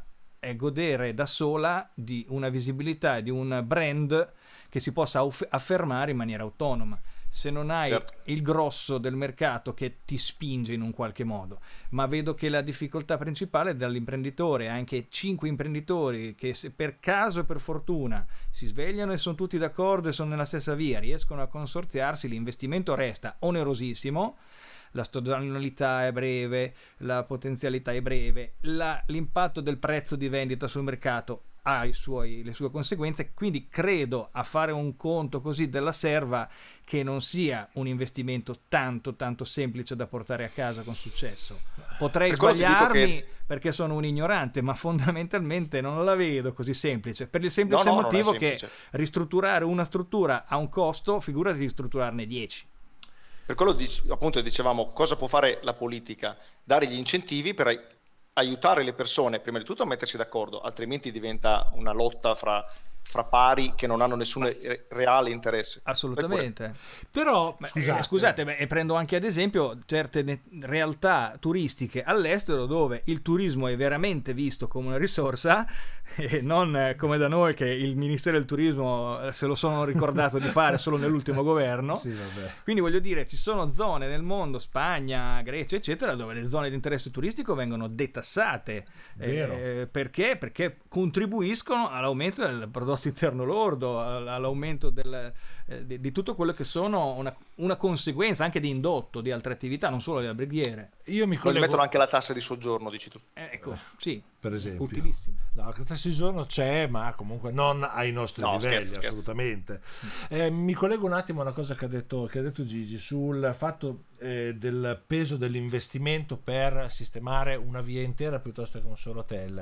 è godere da sola di una visibilità, di un brand che si possa affermare in maniera autonoma. Se non hai il grosso del mercato che ti spinge in un qualche modo, ma vedo che la difficoltà principale dall'imprenditore, anche 5 imprenditori che se per caso e per fortuna si svegliano e sono tutti d'accordo e sono nella stessa via, riescono a consorziarsi, l'investimento resta onerosissimo, la stagionalità è breve, la potenzialità è breve, l'impatto del prezzo di vendita sul mercato ha le sue conseguenze, quindi credo a fare un conto così della serva che non sia un investimento tanto semplice da portare a casa con successo. Potrei sbagliarmi perché sono un ignorante, ma fondamentalmente non la vedo così semplice, per il semplice motivo che ristrutturare una struttura ha un costo, figurati ristrutturarne 10. Per quello appunto dicevamo cosa può fare la politica, dare gli incentivi per aiutare le persone prima di tutto a mettersi d'accordo, altrimenti diventa una lotta fra pari che non hanno nessun reale interesse. Assolutamente. Però scusate, e prendo anche ad esempio certe realtà turistiche all'estero dove il turismo è veramente visto come una risorsa e non come da noi che il Ministero del Turismo se lo sono ricordato di fare solo nell'ultimo governo. Sì, vabbè. Quindi voglio dire, ci sono zone nel mondo, Spagna, Grecia eccetera, dove le zone di interesse turistico vengono detassate perché contribuiscono all'aumento del prodotto interno lordo, all'aumento di tutto quello che sono una conseguenza anche di indotto di altre attività, non solo le alberghiere. Io mi collego... mettono anche la tassa di soggiorno, dici tu. Ecco, sì, per esempio. Utilissimo. No, la tassa di soggiorno c'è, ma comunque non ai nostri livelli, scherzo. Assolutamente. Mi collego un attimo a una cosa che ha detto Gigi sul fatto del peso dell'investimento per sistemare una via intera piuttosto che un solo hotel.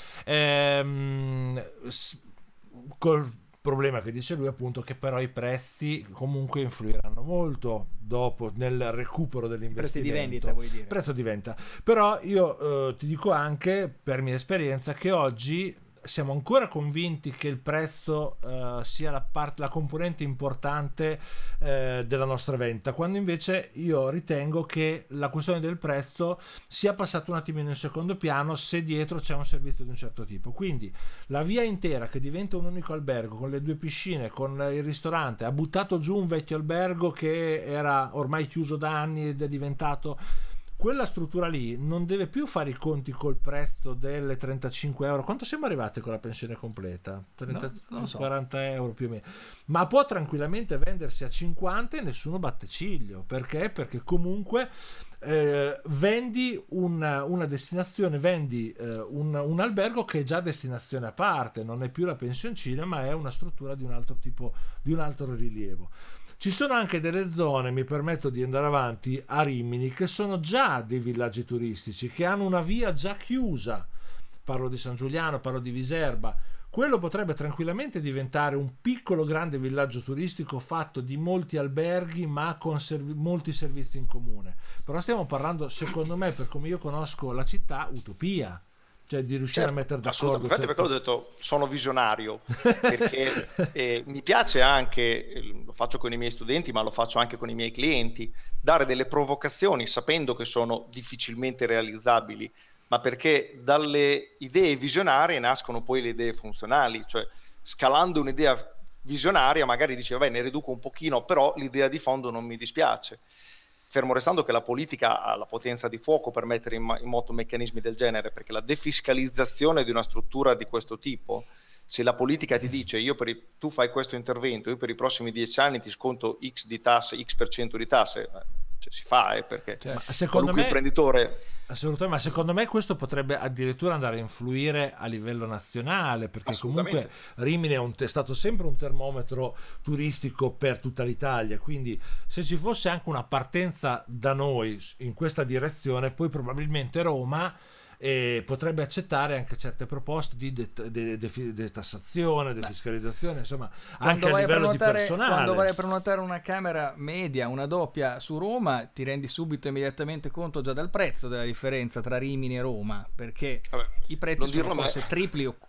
Col problema che dice lui appunto che però i prezzi comunque influiranno molto dopo nel recupero dell'investimento. Prezzi di vendita, vuoi dire? Prezzo di vendita. Però io ti dico anche per mia esperienza che oggi siamo ancora convinti che il prezzo sia la componente importante della nostra vendita, quando invece io ritengo che la questione del prezzo sia passata un attimino in secondo piano se dietro c'è un servizio di un certo tipo. Quindi la via intera che diventa un unico albergo con le 2 piscine, con il ristorante, ha buttato giù un vecchio albergo che era ormai chiuso da anni ed è diventato... Quella struttura lì non deve più fare i conti col prezzo delle 35 euro. Quanto siamo arrivati con la pensione completa? 40 euro più o meno. Ma può tranquillamente vendersi a 50 e nessuno batte ciglio. Perché? Perché comunque vendi una destinazione, vendi un albergo che è già destinazione a parte, non è più la pensioncina, ma è una struttura di un altro tipo, di un altro rilievo. Ci sono anche delle zone, mi permetto di andare avanti, a Rimini, che sono già dei villaggi turistici, che hanno una via già chiusa. Parlo di San Giuliano, parlo di Viserba. Quello potrebbe tranquillamente diventare un piccolo grande villaggio turistico fatto di molti alberghi ma con molti servizi in comune. Però stiamo parlando, secondo me, per come io conosco la città, utopia. Cioè di riuscire a mettere d'accordo. Infatti per quello ho detto sono visionario, perché mi piace anche, lo faccio con i miei studenti ma lo faccio anche con i miei clienti, dare delle provocazioni sapendo che sono difficilmente realizzabili, ma perché dalle idee visionarie nascono poi le idee funzionali. Cioè scalando un'idea visionaria magari dice vabbè ne riduco un pochino, però l'idea di fondo non mi dispiace. Fermo restando che la politica ha la potenza di fuoco per mettere in moto meccanismi del genere, perché la defiscalizzazione di una struttura di questo tipo, se la politica ti dice tu fai questo intervento, io per i prossimi 10 anni ti sconto X di tasse, X% di tasse, si fa, perché secondo me imprenditore... Assolutamente, ma secondo me questo potrebbe addirittura andare a influire a livello nazionale, perché comunque Rimini è stato sempre un termometro turistico per tutta l'Italia, quindi se ci fosse anche una partenza da noi in questa direzione, poi probabilmente Roma potrebbe accettare anche certe proposte di detassazione, defiscalizzazione, insomma, anche a livello di personale. Quando vai a prenotare una camera media, una doppia su Roma, ti rendi subito immediatamente conto già dal prezzo della differenza tra Rimini e Roma, perché i prezzi sono forse tripli o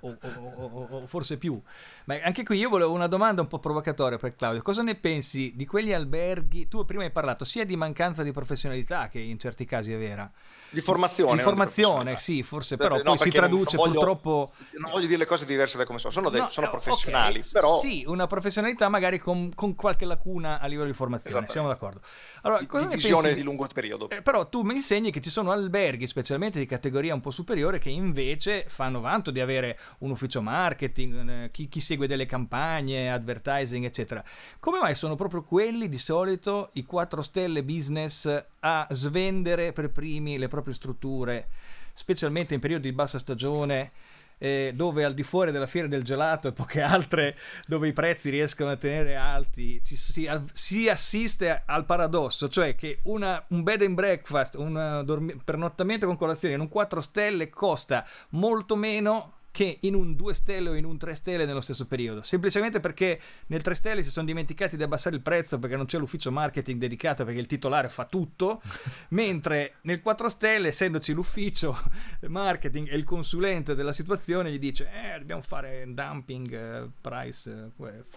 forse più. Ma anche qui io volevo una domanda un po' provocatoria per Claudio. Cosa ne pensi di quegli alberghi? Tu prima hai parlato sia di mancanza di professionalità, che in certi casi è vera, di formazione, sì, forse, però poi si traduce purtroppo. Non voglio dire le cose diverse da come sono professionali, okay, però sì, una professionalità magari con qualche lacuna a livello di formazione, siamo d'accordo. Allora, cosa ne pensi di lungo periodo? Però tu mi insegni che ci sono alberghi, specialmente di categoria un po' superiore, che invece fanno vanto di avere un ufficio marketing, chi segue delle campagne, advertising, eccetera. Come mai sono proprio quelli di solito i 4 stelle business a svendere per primi le proprie strutture, specialmente in periodi di bassa stagione, dove al di fuori della fiera del gelato e poche altre dove i prezzi riescono a tenere alti, si assiste al paradosso, cioè che un bed and breakfast, un pernottamento con colazione in un 4 stelle costa molto meno che in un 2 stelle o in un 3 stelle nello stesso periodo, semplicemente perché nel 3 stelle si sono dimenticati di abbassare il prezzo perché non c'è l'ufficio marketing dedicato, perché il titolare fa tutto, mentre nel 4 stelle, essendoci l'ufficio marketing e il consulente della situazione, gli dice dobbiamo fare dumping price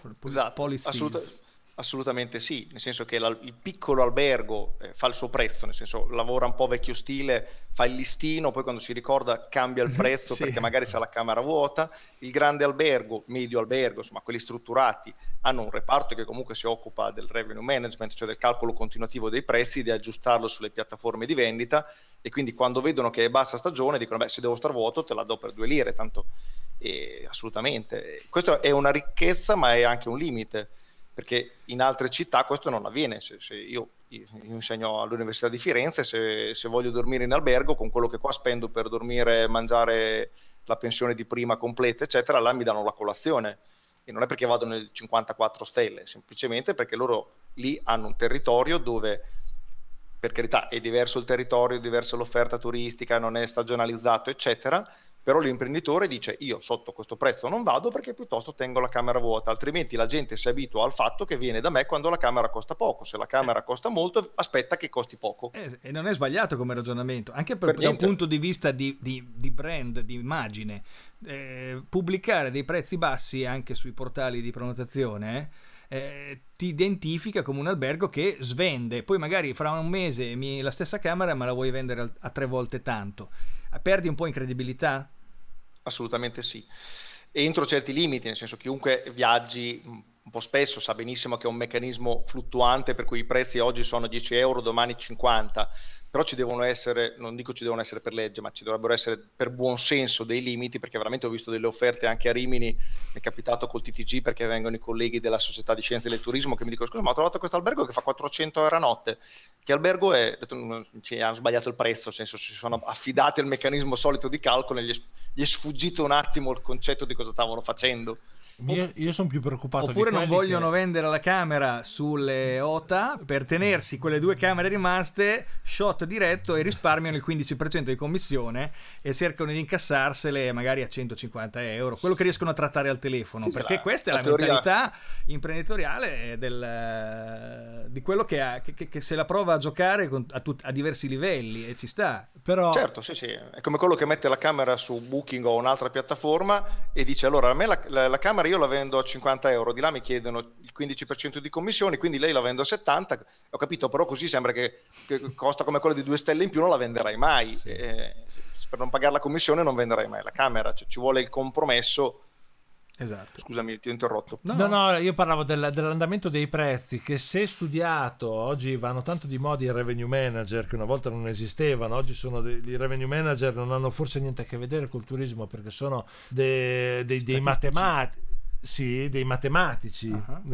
policies. Assolutamente sì, nel senso che il piccolo albergo fa il suo prezzo, nel senso lavora un po' vecchio stile, fa il listino, poi quando si ricorda cambia il prezzo sì, perché magari c'è la camera vuota. Il grande albergo, medio albergo, insomma quelli strutturati, hanno un reparto che comunque si occupa del revenue management, cioè del calcolo continuativo dei prezzi, di aggiustarlo sulle piattaforme di vendita, e quindi quando vedono che è bassa stagione dicono se devo star vuoto te la do per 2 lire, tanto assolutamente. Questo è una ricchezza ma è anche un limite, perché in altre città questo non avviene. Se io insegno all'Università di Firenze, se voglio dormire in albergo, con quello che qua spendo per dormire, mangiare, la pensione di prima completa, eccetera, là mi danno la colazione. E non è perché vado nel 54 stelle, semplicemente perché loro lì hanno un territorio dove, per carità, è diverso il territorio, è diversa l'offerta turistica, non è stagionalizzato, eccetera, però l'imprenditore dice io sotto questo prezzo non vado perché piuttosto tengo la camera vuota, altrimenti la gente si abitua al fatto che viene da me quando la camera costa poco. Se la camera costa molto, aspetta che costi poco. E non è sbagliato come ragionamento, anche da un punto di vista di brand, di immagine. Pubblicare dei prezzi bassi anche sui portali di prenotazione ti identifica come un albergo che svende, poi magari fra un mese la stessa camera me la vuoi vendere a 3 volte tanto, perdi un po' in credibilità? Assolutamente sì, entro certi limiti, nel senso chiunque viaggi un po' spesso sa benissimo che è un meccanismo fluttuante per cui i prezzi oggi sono 10 euro, domani 50, però ci devono essere, non dico ci devono essere per legge, ma ci dovrebbero essere per buon senso dei limiti, perché veramente ho visto delle offerte anche a Rimini, mi è capitato col TTG perché vengono i colleghi della Società di Scienze del Turismo che mi dicono scusa ma ho trovato questo albergo che fa 400 euro a notte, che albergo è? Ci hanno sbagliato il prezzo, nel senso si sono affidati al meccanismo solito di calcolo e gli è sfuggito un attimo il concetto di cosa stavano facendo. Io sono più preoccupato. Oppure non vogliono vendere la camera sulle OTA per tenersi quelle 2 camere rimaste, shot diretto, e risparmiano il 15% di commissione e cercano di incassarsele magari a 150 euro, quello che riescono a trattare al telefono, sì, perché questa è la mentalità imprenditoriale di quello che se la prova a giocare a diversi livelli, e ci sta. Però certo, sì, è come quello che mette la camera su Booking o un'altra piattaforma e dice allora a me la camera io la vendo a 50 euro, di là mi chiedono il 15% di commissioni, quindi lei la vendo a 70, ho capito, però così sembra che costa come quella di 2 stelle in più, non la venderai mai, sì. Per non pagare la commissione non venderai mai la camera, cioè, ci vuole il compromesso. Esatto. Scusami, ti ho interrotto. No, io parlavo dell'andamento dei prezzi, che se studiato, oggi vanno tanto di moda i revenue manager che una volta non esistevano, oggi sono i revenue manager, non hanno forse niente a che vedere col turismo perché sono dei matematici. Sì, dei matematici.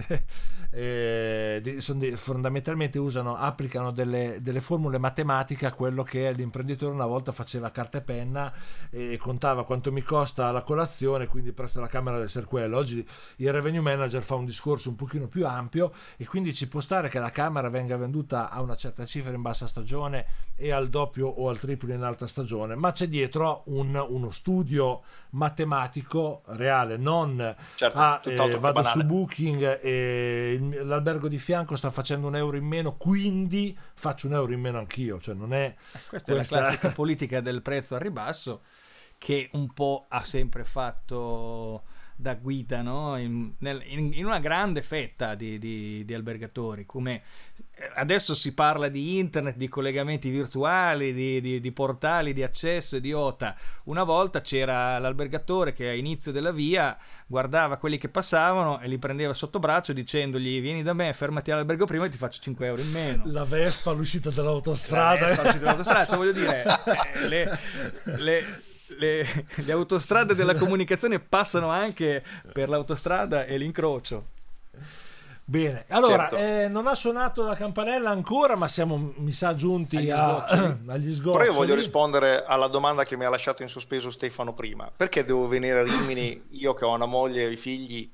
Fondamentalmente applicano delle formule matematiche a quello che l'imprenditore una volta faceva carta e penna e contava quanto mi costa la colazione, quindi il prezzo della camera deve essere quello. Oggi il revenue manager fa un discorso un pochino più ampio e quindi ci può stare che la camera venga venduta a una certa cifra in bassa stagione e al doppio o al triplo in alta stagione, ma c'è dietro uno studio matematico reale, non vado su Booking e l'albergo di fianco sta facendo €1 in meno, quindi faccio €1 in meno anch'io, cioè non è questa è la classica politica del prezzo al ribasso, che un po' ha sempre fatto da guida, no? in una grande fetta di albergatori. Come adesso si parla di internet, di collegamenti virtuali, di portali di accesso e di OTA. Una volta c'era l'albergatore che a inizio della via guardava quelli che passavano e li prendeva sotto braccio dicendogli: vieni da me, fermati all'albergo prima e ti faccio 5 euro in meno. La Vespa all'uscita dell'autostrada. Cioè, voglio dire, le autostrade della comunicazione passano anche per l'autostrada e l'incrocio. Bene, allora Certo. non ha suonato la campanella ancora, ma siamo, mi sa, giunti agli sgoccioli. Però io voglio rispondere alla domanda che mi ha lasciato in sospeso Stefano prima. Perché devo venire a Rimini, io che ho una moglie e i figli?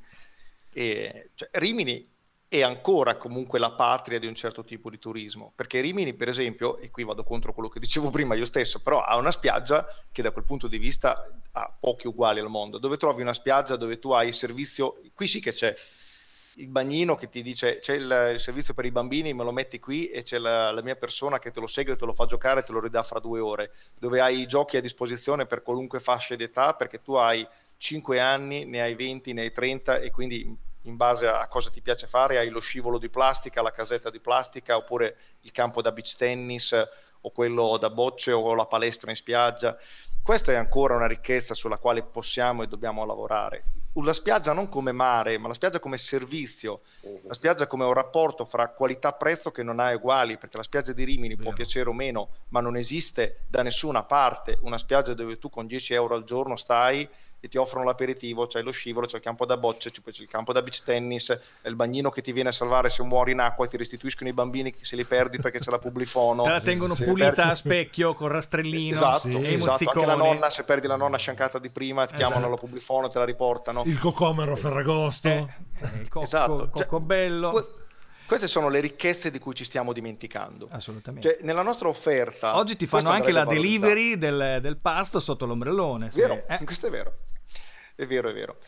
Cioè, Rimini è ancora comunque la patria di un certo tipo di turismo, perché Rimini, per esempio, e qui vado contro quello che dicevo prima io stesso, però ha una spiaggia che da quel punto di vista ha pochi uguali al mondo, dove trovi una spiaggia dove tu hai il servizio, qui sì che c'è il bagnino che ti dice c'è il servizio per i bambini, me lo metti qui, e c'è la mia persona che te lo segue, te lo fa giocare e te lo ridà fra 2 ore, dove hai i giochi a disposizione per qualunque fascia d'età, perché tu hai 5 anni, ne hai 20, ne hai 30, e quindi in base a cosa ti piace fare hai lo scivolo di plastica, la casetta di plastica, oppure il campo da beach tennis, o quello da bocce, o la palestra in spiaggia. Questa è ancora una ricchezza sulla quale possiamo e dobbiamo lavorare. La spiaggia non come mare, ma la spiaggia come servizio, la spiaggia come un rapporto fra qualità-prezzo che non ha uguali, perché la spiaggia di Rimini può piacere o meno, ma non esiste da nessuna parte una spiaggia dove tu con 10 euro al giorno stai e ti offrono l'aperitivo, c'è lo scivolo, c'è il campo da bocce, c'è il campo da beach tennis, il bagnino che ti viene a salvare se muori in acqua e ti restituiscono i bambini se li perdi perché c'è la Publifono. Te la tengono pulita a specchio con rastrellino. Esatto, e esatto. Anche la mozziconi. nonna, se perdi la nonna sciancata di prima, ti chiamano alla Publifono, te la riportano. Il cocomero Ferragosto. Il cocco, Esatto. cocco bello. Queste sono le ricchezze di cui ci stiamo dimenticando. Assolutamente. Cioè, nella nostra offerta Oggi ti fanno anche questo la andrebbe delivery del pasto sotto l'ombrellone. valorizzato. Vero, questo è vero. È vero, è vero.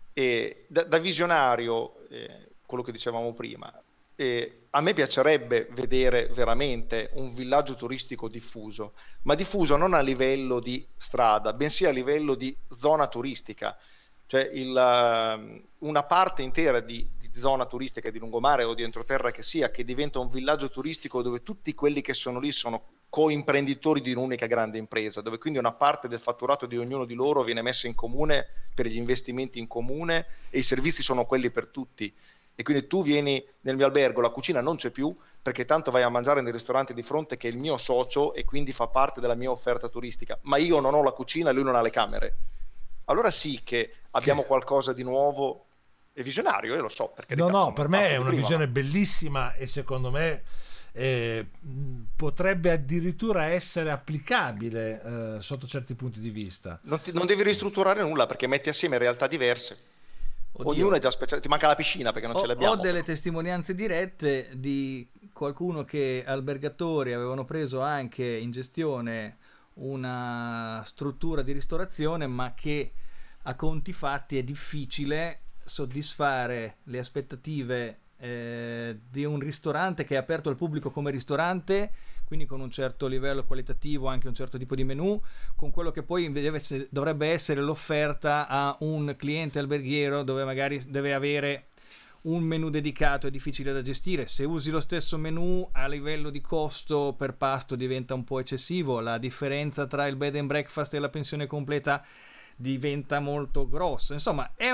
E da visionario, quello che dicevamo prima, a me piacerebbe vedere veramente un villaggio turistico diffuso, ma diffuso non a livello di strada, bensì a livello di zona turistica. Cioè una parte intera di zona turistica di lungomare o di entroterra che sia, che diventa un villaggio turistico dove tutti quelli che sono lì sono coimprenditori di un'unica grande impresa, dove quindi una parte del fatturato di ognuno di loro viene messa in comune per gli investimenti in comune e i servizi sono quelli per tutti. E quindi tu vieni nel mio albergo, la cucina non c'è più perché tanto vai a mangiare nel ristorante di fronte che è il mio socio e quindi fa parte della mia offerta turistica, ma io non ho la cucina e lui non ha le camere. Allora sì che abbiamo qualcosa di nuovo e visionario, io lo so, perché No, per me è una visione bellissima e secondo me potrebbe addirittura essere applicabile sotto certi punti di vista. Non devi ristrutturare nulla perché metti assieme realtà diverse. Oddio. Ognuno è già speciale, ti manca la piscina perché non ce l'abbiamo. Ho delle testimonianze dirette di qualcuno che albergatori avevano preso anche in gestione una struttura di ristorazione, ma che a conti fatti è difficile soddisfare le aspettative di un ristorante che è aperto al pubblico come ristorante, quindi con un certo livello qualitativo, anche un certo tipo di menù, con quello che poi dovrebbe essere l'offerta a un cliente alberghiero, dove magari deve avere un menù dedicato, è difficile da gestire. Se usi lo stesso menù, a livello di costo per pasto diventa un po' eccessivo, la differenza tra il bed and breakfast e la pensione completa diventa molto grossa. Insomma, è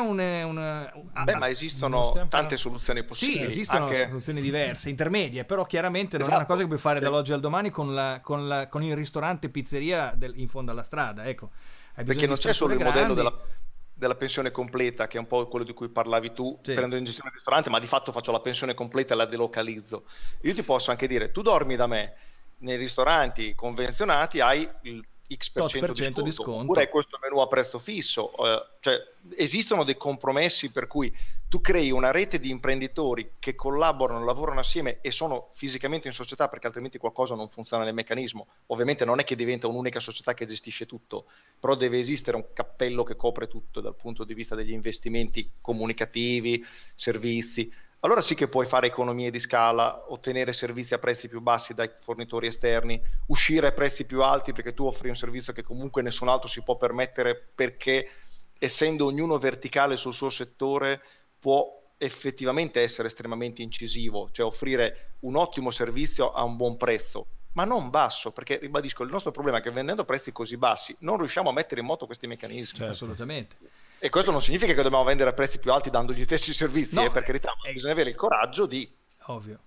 ma esistono tante soluzioni possibili. Sì, esistono anche soluzioni diverse, intermedie, però chiaramente non è Esatto. una cosa che puoi fare dall'oggi al domani con il ristorante pizzeria in fondo alla strada, ecco. Hai perché non bisogno di c'è solo il strutture modello grandi. della pensione completa, che è un po' quello di cui parlavi tu, Sì. prendo in gestione il ristorante, ma di fatto faccio la pensione completa e la delocalizzo. Io ti posso anche dire, tu dormi da me, nei ristoranti convenzionati hai il X% di sconto, oppure hai questo menù a prezzo fisso, cioè esistono dei compromessi per cui tu crei una rete di imprenditori che collaborano, lavorano assieme e sono fisicamente in società, perché altrimenti qualcosa non funziona nel meccanismo. Ovviamente non è che diventa un'unica società che gestisce tutto, però deve esistere un cappello che copre tutto dal punto di vista degli investimenti comunicativi, servizi, allora sì che puoi fare economie di scala, ottenere servizi a prezzi più bassi dai fornitori esterni, uscire a prezzi più alti perché tu offri un servizio che comunque nessun altro si può permettere, perché essendo ognuno verticale sul suo settore può effettivamente essere estremamente incisivo, cioè offrire un ottimo servizio a un buon prezzo, ma non basso, perché ribadisco, il nostro problema è che vendendo prezzi così bassi non riusciamo a mettere in moto questi meccanismi. Certo. Assolutamente. E questo non significa che dobbiamo vendere a prezzi più alti dando gli stessi servizi, No, per carità, ma bisogna avere il coraggio di... Ovvio.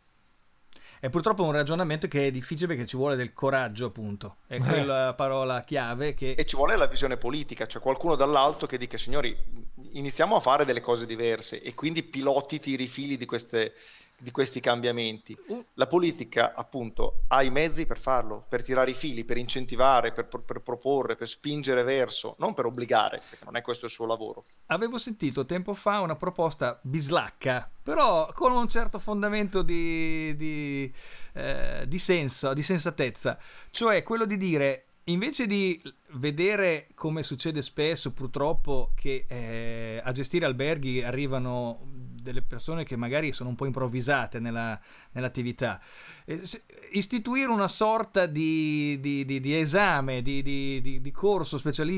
È purtroppo un ragionamento che è difficile perché ci vuole del coraggio, appunto. È quella parola chiave che... E ci vuole la visione politica, cioè qualcuno dall'alto che dica, signori, iniziamo a fare delle cose diverse, e quindi piloti, tiri i fili di questi cambiamenti. La politica, appunto, ha i mezzi per farlo, per tirare i fili, per incentivare, per proporre, per spingere verso, non per obbligare, perché non è questo il suo lavoro. Avevo sentito tempo fa una proposta bislacca, però con un certo fondamento di senso, di sensatezza, cioè quello di dire, invece di vedere, come succede spesso purtroppo, che a gestire alberghi arrivano delle persone che magari sono un po' improvvisate nell'attività, istituire una sorta di esame, di corso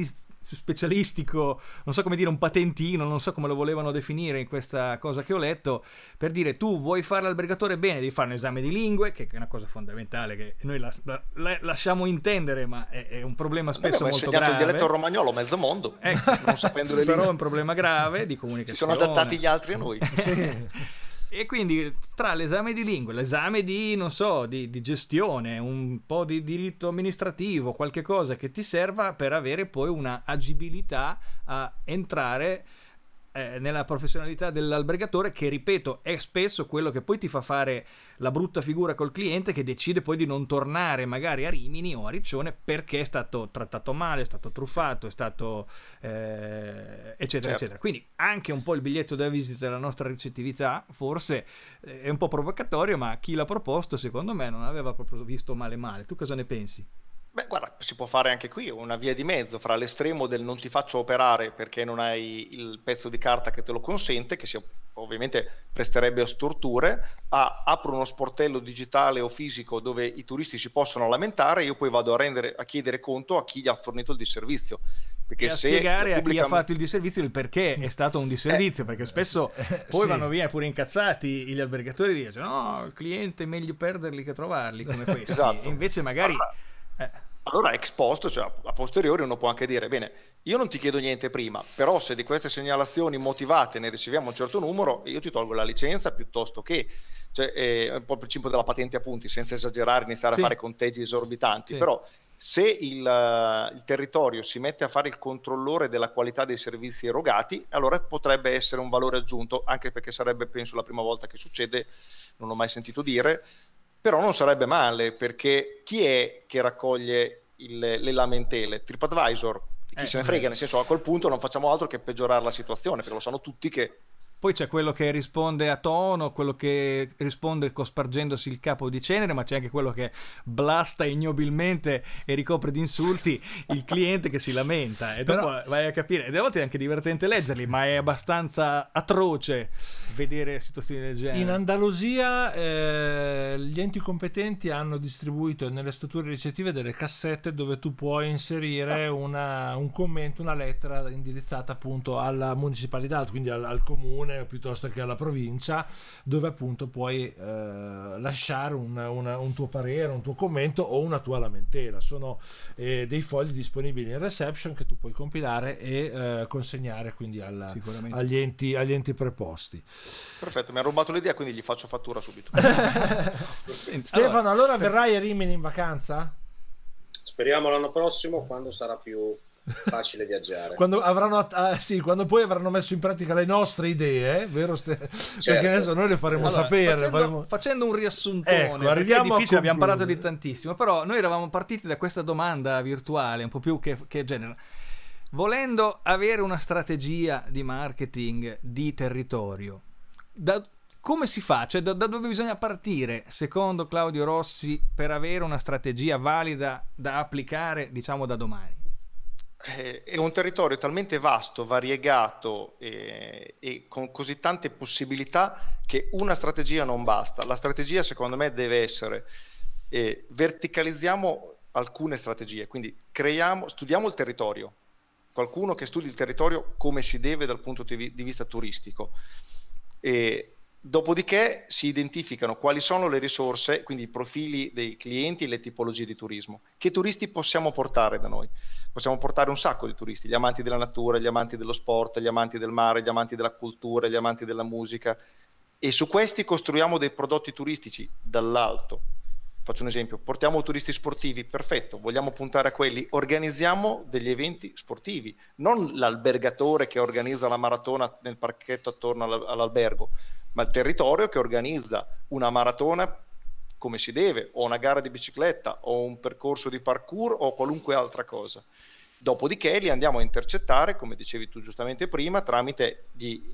specialistico, non so come dire, un patentino, non so come lo volevano definire in questa cosa che ho letto, per dire, tu vuoi fare l'albergatore bene, devi fare un esame di lingue, che è una cosa fondamentale che noi lasciamo intendere, ma è un problema spesso molto grave. Il dialetto romagnolo mezzo mondo, non sapendo le lingue. Però è un problema grave di comunicazione. Si sono adattati gli altri a noi. Sì. E quindi tra l'esame di lingue, l'esame di, non so, di gestione, un po' di diritto amministrativo, qualche cosa che ti serva per avere poi una agibilità a entrare nella professionalità dell'albergatore, che, ripeto, è spesso quello che poi ti fa fare la brutta figura col cliente, che decide poi di non tornare magari a Rimini o a Riccione perché è stato trattato male, è stato truffato, è stato eccetera, certo, eccetera. Quindi anche un po' il biglietto della visita della nostra ricettività forse è un po' provocatorio, ma chi l'ha proposto secondo me non aveva proprio visto male. Tu cosa ne pensi? Beh, guarda, si può fare anche qui una via di mezzo fra l'estremo del non ti faccio operare perché non hai il pezzo di carta che te lo consente, che ovviamente presterebbe a storture, apro uno sportello digitale o fisico dove i turisti si possono lamentare, io poi vado a chiedere conto a chi gli ha fornito il disservizio. Perché e a spiegare a chi ha fatto il disservizio il perché è stato un disservizio, perché spesso poi vanno via pure incazzati gli albergatori, dicono no, il cliente è meglio perderli che trovarli, come questi. Esatto. Invece magari... Allora ex post, cioè a posteriori, uno può anche dire, bene, io non ti chiedo niente prima, però se di queste segnalazioni motivate ne riceviamo un certo numero, io ti tolgo la licenza piuttosto che, cioè, è un po' il principio della patente a punti, senza esagerare, iniziare a fare conteggi esorbitanti, però se il territorio si mette a fare il controllore della qualità dei servizi erogati, allora potrebbe essere un valore aggiunto, anche perché sarebbe, penso, la prima volta che succede, non l'ho mai sentito dire, però non sarebbe male, perché chi è che raccoglie le lamentele? TripAdvisor, chi se ne frega, nel senso, a quel punto non facciamo altro che peggiorare la situazione, perché lo sanno tutti che... Poi c'è quello che risponde a tono, quello che risponde cospargendosi il capo di cenere, ma c'è anche quello che blasta ignobilmente e ricopre di insulti il cliente che si lamenta, e dopo vai a capire, e a volte è anche divertente leggerli, ma è abbastanza atroce vedere situazioni del genere. In Andalusia gli enti competenti hanno distribuito nelle strutture ricettive delle cassette dove tu puoi inserire un commento, una lettera indirizzata appunto alla municipalità, quindi al comune piuttosto che alla provincia, dove appunto puoi lasciare un tuo parere, un tuo commento o una tua lamentela. Sono dei fogli disponibili in reception che tu puoi compilare e consegnare quindi agli enti preposti. Perfetto, mi ha rubato l'idea, quindi gli faccio fattura subito. Stefano, allora verrai a Rimini in vacanza? Speriamo l'anno prossimo, quando sarà più facile viaggiare, quando poi avranno messo in pratica le nostre idee, vero? Perché adesso noi le faremo sapere, facendo un riassuntone, ecco, arriviamo è difficile, abbiamo parlato di tantissimo, però noi eravamo partiti da questa domanda virtuale, un po' più che genere, volendo avere una strategia di marketing di territorio, come si fa? Cioè, da dove bisogna partire, secondo Claudio Rossi, per avere una strategia valida da applicare, diciamo, da domani? è un territorio talmente vasto, variegato e con così tante possibilità che una strategia non basta. La strategia, secondo me, deve essere verticalizziamo alcune strategie, quindi studiamo il territorio, qualcuno che studi il territorio come si deve dal punto di vista turistico, e dopodiché si identificano quali sono le risorse, quindi i profili dei clienti e le tipologie di turismo. Che turisti possiamo portare da noi? Possiamo portare un sacco di turisti, gli amanti della natura, gli amanti dello sport, gli amanti del mare, gli amanti della cultura, gli amanti della musica, e su questi costruiamo dei prodotti turistici dall'alto. Faccio un esempio, portiamo turisti sportivi, perfetto, vogliamo puntare a quelli, organizziamo degli eventi sportivi, non l'albergatore che organizza la maratona nel parchetto attorno all'albergo, ma il territorio che organizza una maratona come si deve, o una gara di bicicletta, o un percorso di parkour, o qualunque altra cosa. Dopodiché li andiamo a intercettare, come dicevi tu giustamente prima, tramite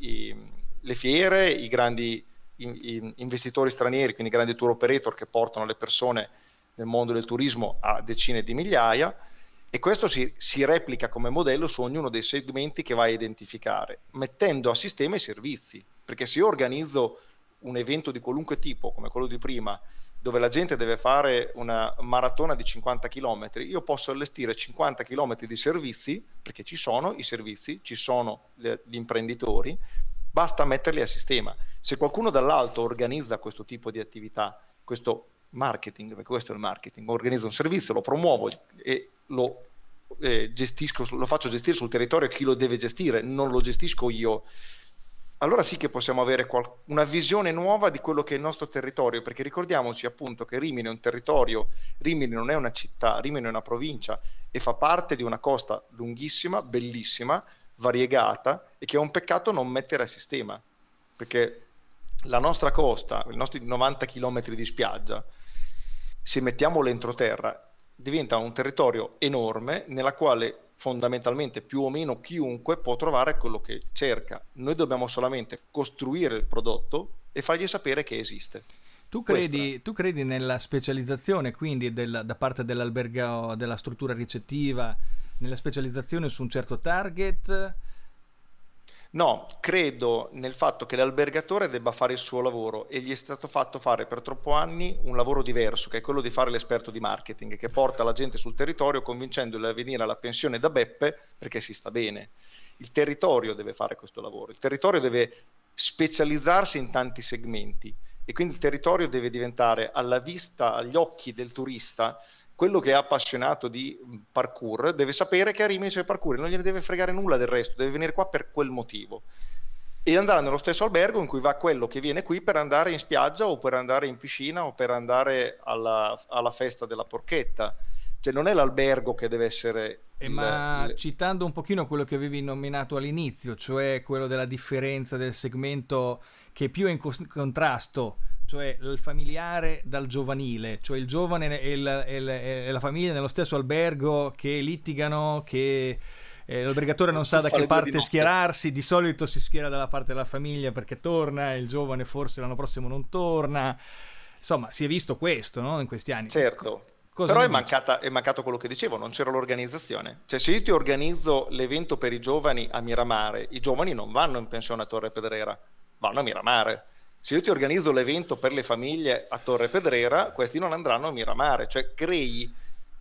le fiere, i grandi investitori stranieri, quindi grandi tour operator che portano le persone nel mondo del turismo a decine di migliaia, e questo si replica come modello su ognuno dei segmenti che vai a identificare, mettendo a sistema i servizi, perché se io organizzo un evento di qualunque tipo, come quello di prima, dove la gente deve fare una maratona di 50 km, io posso allestire 50 km di servizi, perché ci sono i servizi, ci sono gli imprenditori, basta metterli a sistema. Se qualcuno dall'alto organizza questo tipo di attività, questo marketing, perché questo è il marketing, organizza un servizio, lo promuovo e lo gestisco, lo faccio gestire sul territorio chi lo deve gestire, non lo gestisco io, allora sì che possiamo avere una visione nuova di quello che è il nostro territorio, perché ricordiamoci appunto che Rimini è un territorio, Rimini non è una città, Rimini è una provincia e fa parte di una costa lunghissima, bellissima, variegata, e che è un peccato non mettere a sistema, perché la nostra costa, i nostri 90 km di spiaggia, se mettiamo l'entroterra, diventa un territorio enorme nella quale fondamentalmente più o meno chiunque può trovare quello che cerca. Noi dobbiamo solamente costruire il prodotto e fargli sapere che esiste. Tu credi nella specializzazione quindi da parte dell'albergo, della struttura ricettiva, nella specializzazione su un certo target? No, credo nel fatto che l'albergatore debba fare il suo lavoro, e gli è stato fatto fare per troppo anni un lavoro diverso, che è quello di fare l'esperto di marketing, che porta la gente sul territorio convincendoli a venire alla pensione da Beppe perché si sta bene. Il territorio deve fare questo lavoro, il territorio deve specializzarsi in tanti segmenti, e quindi il territorio deve diventare alla vista, agli occhi del turista, quello che è appassionato di parkour deve sapere che a Rimini c'è il parkour, non gliene deve fregare nulla del resto, deve venire qua per quel motivo e andare nello stesso albergo in cui va quello che viene qui per andare in spiaggia o per andare in piscina o per andare alla festa della porchetta. Cioè non è l'albergo che deve essere citando un pochino quello che avevi nominato all'inizio, cioè quello della differenza del segmento che è più in contrasto, cioè il familiare dal giovanile, cioè il giovane e la famiglia nello stesso albergo che litigano, che l'albergatore non sa da che parte schierarsi, di solito si schiera dalla parte della famiglia perché torna, il giovane forse l'anno prossimo non torna, insomma si è visto questo, no? In questi anni. Certo, però è mancato quello che dicevo, non c'era l'organizzazione. Cioè se io ti organizzo l'evento per i giovani a Miramare, i giovani non vanno in pensione a Torre Pedrera, vanno a Miramare. Se io ti organizzo l'evento per le famiglie a Torre Pedrera, questi non andranno a Miramare. Cioè crei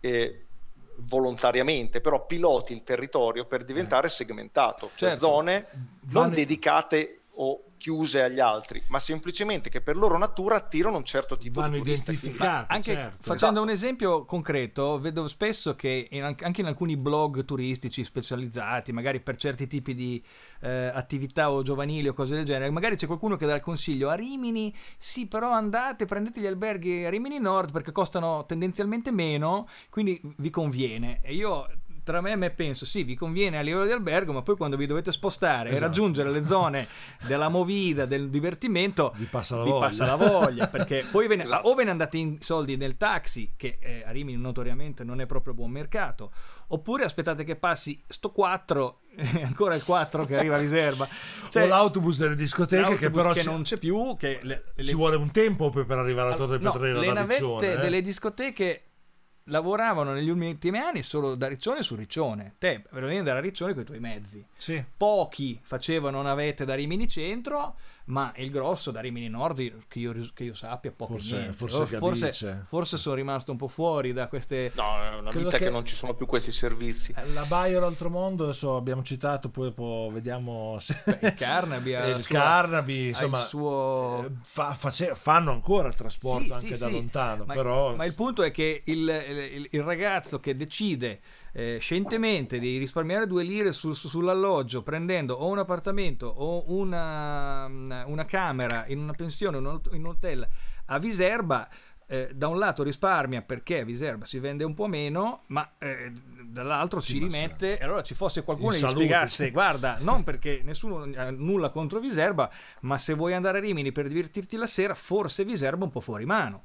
volontariamente, però piloti il territorio per diventare segmentato, cioè zone non dedicate o chiuse agli altri, ma semplicemente che per loro natura attirano un certo tipo di turista. Identificati, anche certo. Facendo un esempio concreto, vedo spesso che anche in alcuni blog turistici specializzati, magari per certi tipi di attività o giovanili o cose del genere, magari c'è qualcuno che dà il consiglio a Rimini, sì però prendete gli alberghi a Rimini Nord perché costano tendenzialmente meno, quindi vi conviene. E io tra me penso, sì, vi conviene a livello di albergo, ma poi quando vi dovete spostare e raggiungere le zone della movida, del divertimento, vi passa la voglia, perché poi o ve ne andate in soldi nel taxi, che a Rimini notoriamente non è proprio buon mercato, oppure aspettate che passi sto 4, ancora il 4 che arriva a riserva, cioè, o l'autobus delle discoteche che però non c'è più, che ci vuole un tempo per arrivare alla Torre Pedrera. Le navette delle discoteche lavoravano negli ultimi anni solo da Riccione su Riccione. Te venivi da Riccione con i tuoi mezzi. Sì. Pochi facevano navette da Rimini Centro, ma il grosso da Rimini Nord, che io sappia, poco forse sono rimasto un po' fuori da queste... No, è una vita che non ci sono più questi servizi. La Bayer Altromondo, adesso abbiamo citato, poi vediamo se... il Carnaby, insomma, il suo... fanno ancora trasporto anche da lontano, ma il punto è che il ragazzo che decide scientemente di risparmiare 2 lire sull'alloggio, prendendo o un appartamento o una camera in una pensione, in un hotel a Viserba, da un lato risparmia perché a Viserba si vende un po' meno, ma dall'altro ci rimette. E allora ci fosse qualcuno che gli spiegasse: guarda, non perché nessuno ha nulla contro Viserba, ma se vuoi andare a Rimini per divertirti la sera, forse Viserba è un po' fuori mano.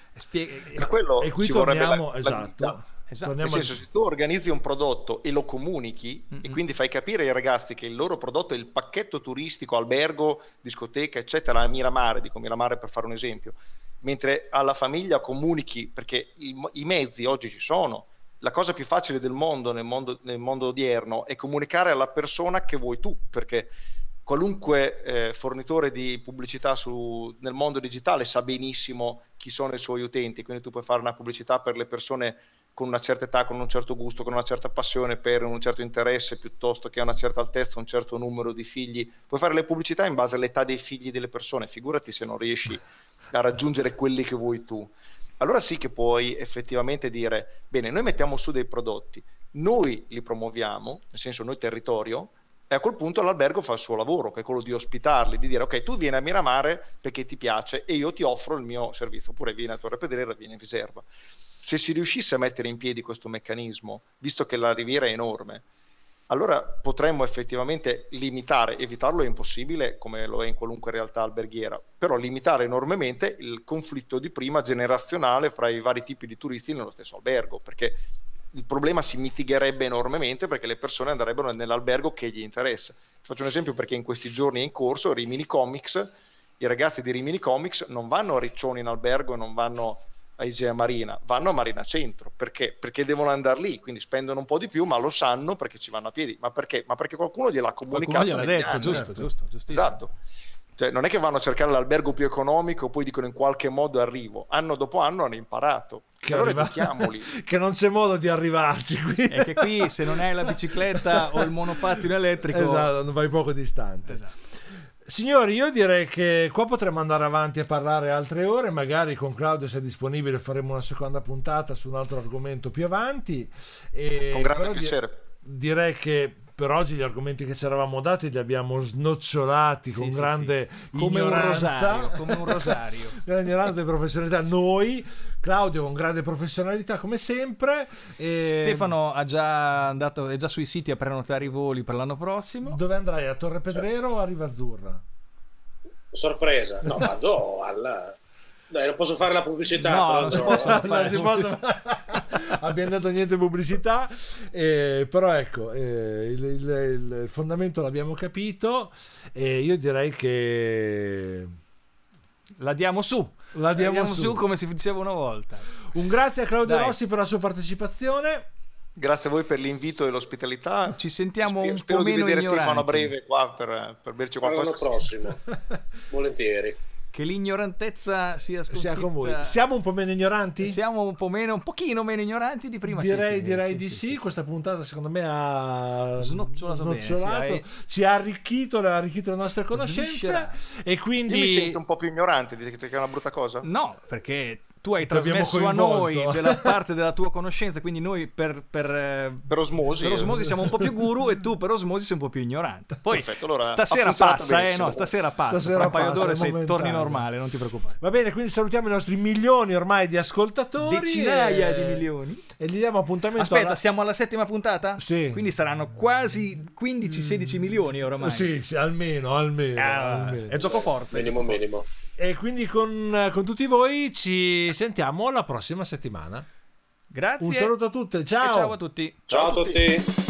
E qui torniamo, esatto. Nel senso, se tu organizzi un prodotto e lo comunichi, e quindi fai capire ai ragazzi che il loro prodotto è il pacchetto turistico, albergo, discoteca, eccetera, a Miramare, dico Miramare per fare un esempio, mentre alla famiglia comunichi, perché i mezzi oggi ci sono. La cosa più facile del mondo nel mondo odierno è comunicare alla persona che vuoi tu, perché qualunque fornitore di pubblicità nel mondo digitale sa benissimo chi sono i suoi utenti, quindi tu puoi fare una pubblicità per le persone con una certa età, con un certo gusto, con una certa passione per un certo interesse, piuttosto che a una certa altezza, un certo numero di figli. Puoi fare le pubblicità in base all'età dei figli delle persone, figurati se non riesci a raggiungere quelli che vuoi tu. Allora sì che puoi effettivamente dire: bene, noi mettiamo su dei prodotti, noi li promuoviamo, nel senso noi territorio, e a quel punto l'albergo fa il suo lavoro, che è quello di ospitarli, di dire: ok, tu vieni a Miramare perché ti piace e io ti offro il mio servizio, oppure vieni a Torre Pedrera, vieni a Viserba. Se si riuscisse a mettere in piedi questo meccanismo, visto che la riviera è enorme, allora potremmo effettivamente limitare, evitarlo è impossibile come lo è in qualunque realtà alberghiera, però limitare enormemente il conflitto di prima generazionale fra i vari tipi di turisti nello stesso albergo, perché il problema si mitigherebbe enormemente, perché le persone andrebbero nell'albergo che gli interessa. Faccio un esempio perché in questi giorni è in corso Rimini Comics, i ragazzi di Rimini Comics non vanno a Riccione in albergo e non vanno a Igea Marina, vanno a Marina Centro. Perché? Perché devono andare lì, quindi spendono un po' di più, ma lo sanno perché ci vanno a piedi. Ma perché? Ma perché qualcuno gliel'ha comunicato. Qualcuno gliel'ha detto, giustissimo. Esatto. Cioè, non è che vanno a cercare l'albergo più economico, poi dicono in qualche modo arrivo. Anno dopo anno hanno imparato. Che allora educhiamoli. Che non c'è modo di arrivarci qui. E che qui se non hai la bicicletta o il monopattino elettrico, esatto, vai poco distante. Esatto. Signori, io direi che qua potremmo andare avanti a parlare altre ore, magari con Claudio, se è disponibile, faremo una seconda puntata su un altro argomento più avanti. Con grande piacere. Direi che per oggi gli argomenti che ci eravamo dati li abbiamo snocciolati con grande ignoranza, come un rosario. Grande ignoranza e professionalità noi, Claudio con grande professionalità come sempre, Stefano è già sui siti a prenotare i voli per l'anno prossimo. Dove andrai? A Torre Pedrero o a Riva Azzurra? Sorpresa, no, vado alla... Dai, non posso fare la pubblicità. No, non si possono fare. Abbiamo dato niente pubblicità, però ecco, il fondamento l'abbiamo capito, e io direi che la diamo su come si diceva una volta. Un grazie a Claudio Rossi per la sua partecipazione. Grazie a voi per l'invito e l'ospitalità. Ci sentiamo un spero po' di meno vedere ignoranti. Stefano a breve qua per berci qualcosa. L'anno prossimo, volentieri. Che l'ignorantezza sia sconfitta. Con voi. Siamo un po' meno ignoranti? Siamo un pochino meno ignoranti di prima. Direi di sì. Questa puntata secondo me ha snocciolato bene, ci ha arricchito le nostre conoscenze, e quindi io mi sento un po' più ignorante. Dite che è una brutta cosa? No, perché tu hai trasmesso a noi della parte della tua conoscenza, quindi noi per osmosi siamo un po' più guru e tu per osmosi sei un po' più ignorante. Poi perfetto, allora, stasera passa, tra un paio d'ore torni normale, non ti preoccupare. Va bene, quindi salutiamo i nostri milioni ormai di ascoltatori, decinaia di milioni, e gli diamo appuntamento. Aspetta, siamo alla 7ª puntata? Sì. Quindi saranno quasi 15-16 milioni ormai. Sì, almeno. È gioco forte. Minimo. E quindi con tutti voi ci sentiamo la prossima settimana. Grazie. Un saluto a tutte, ciao. E ciao a tutti. Ciao a tutti.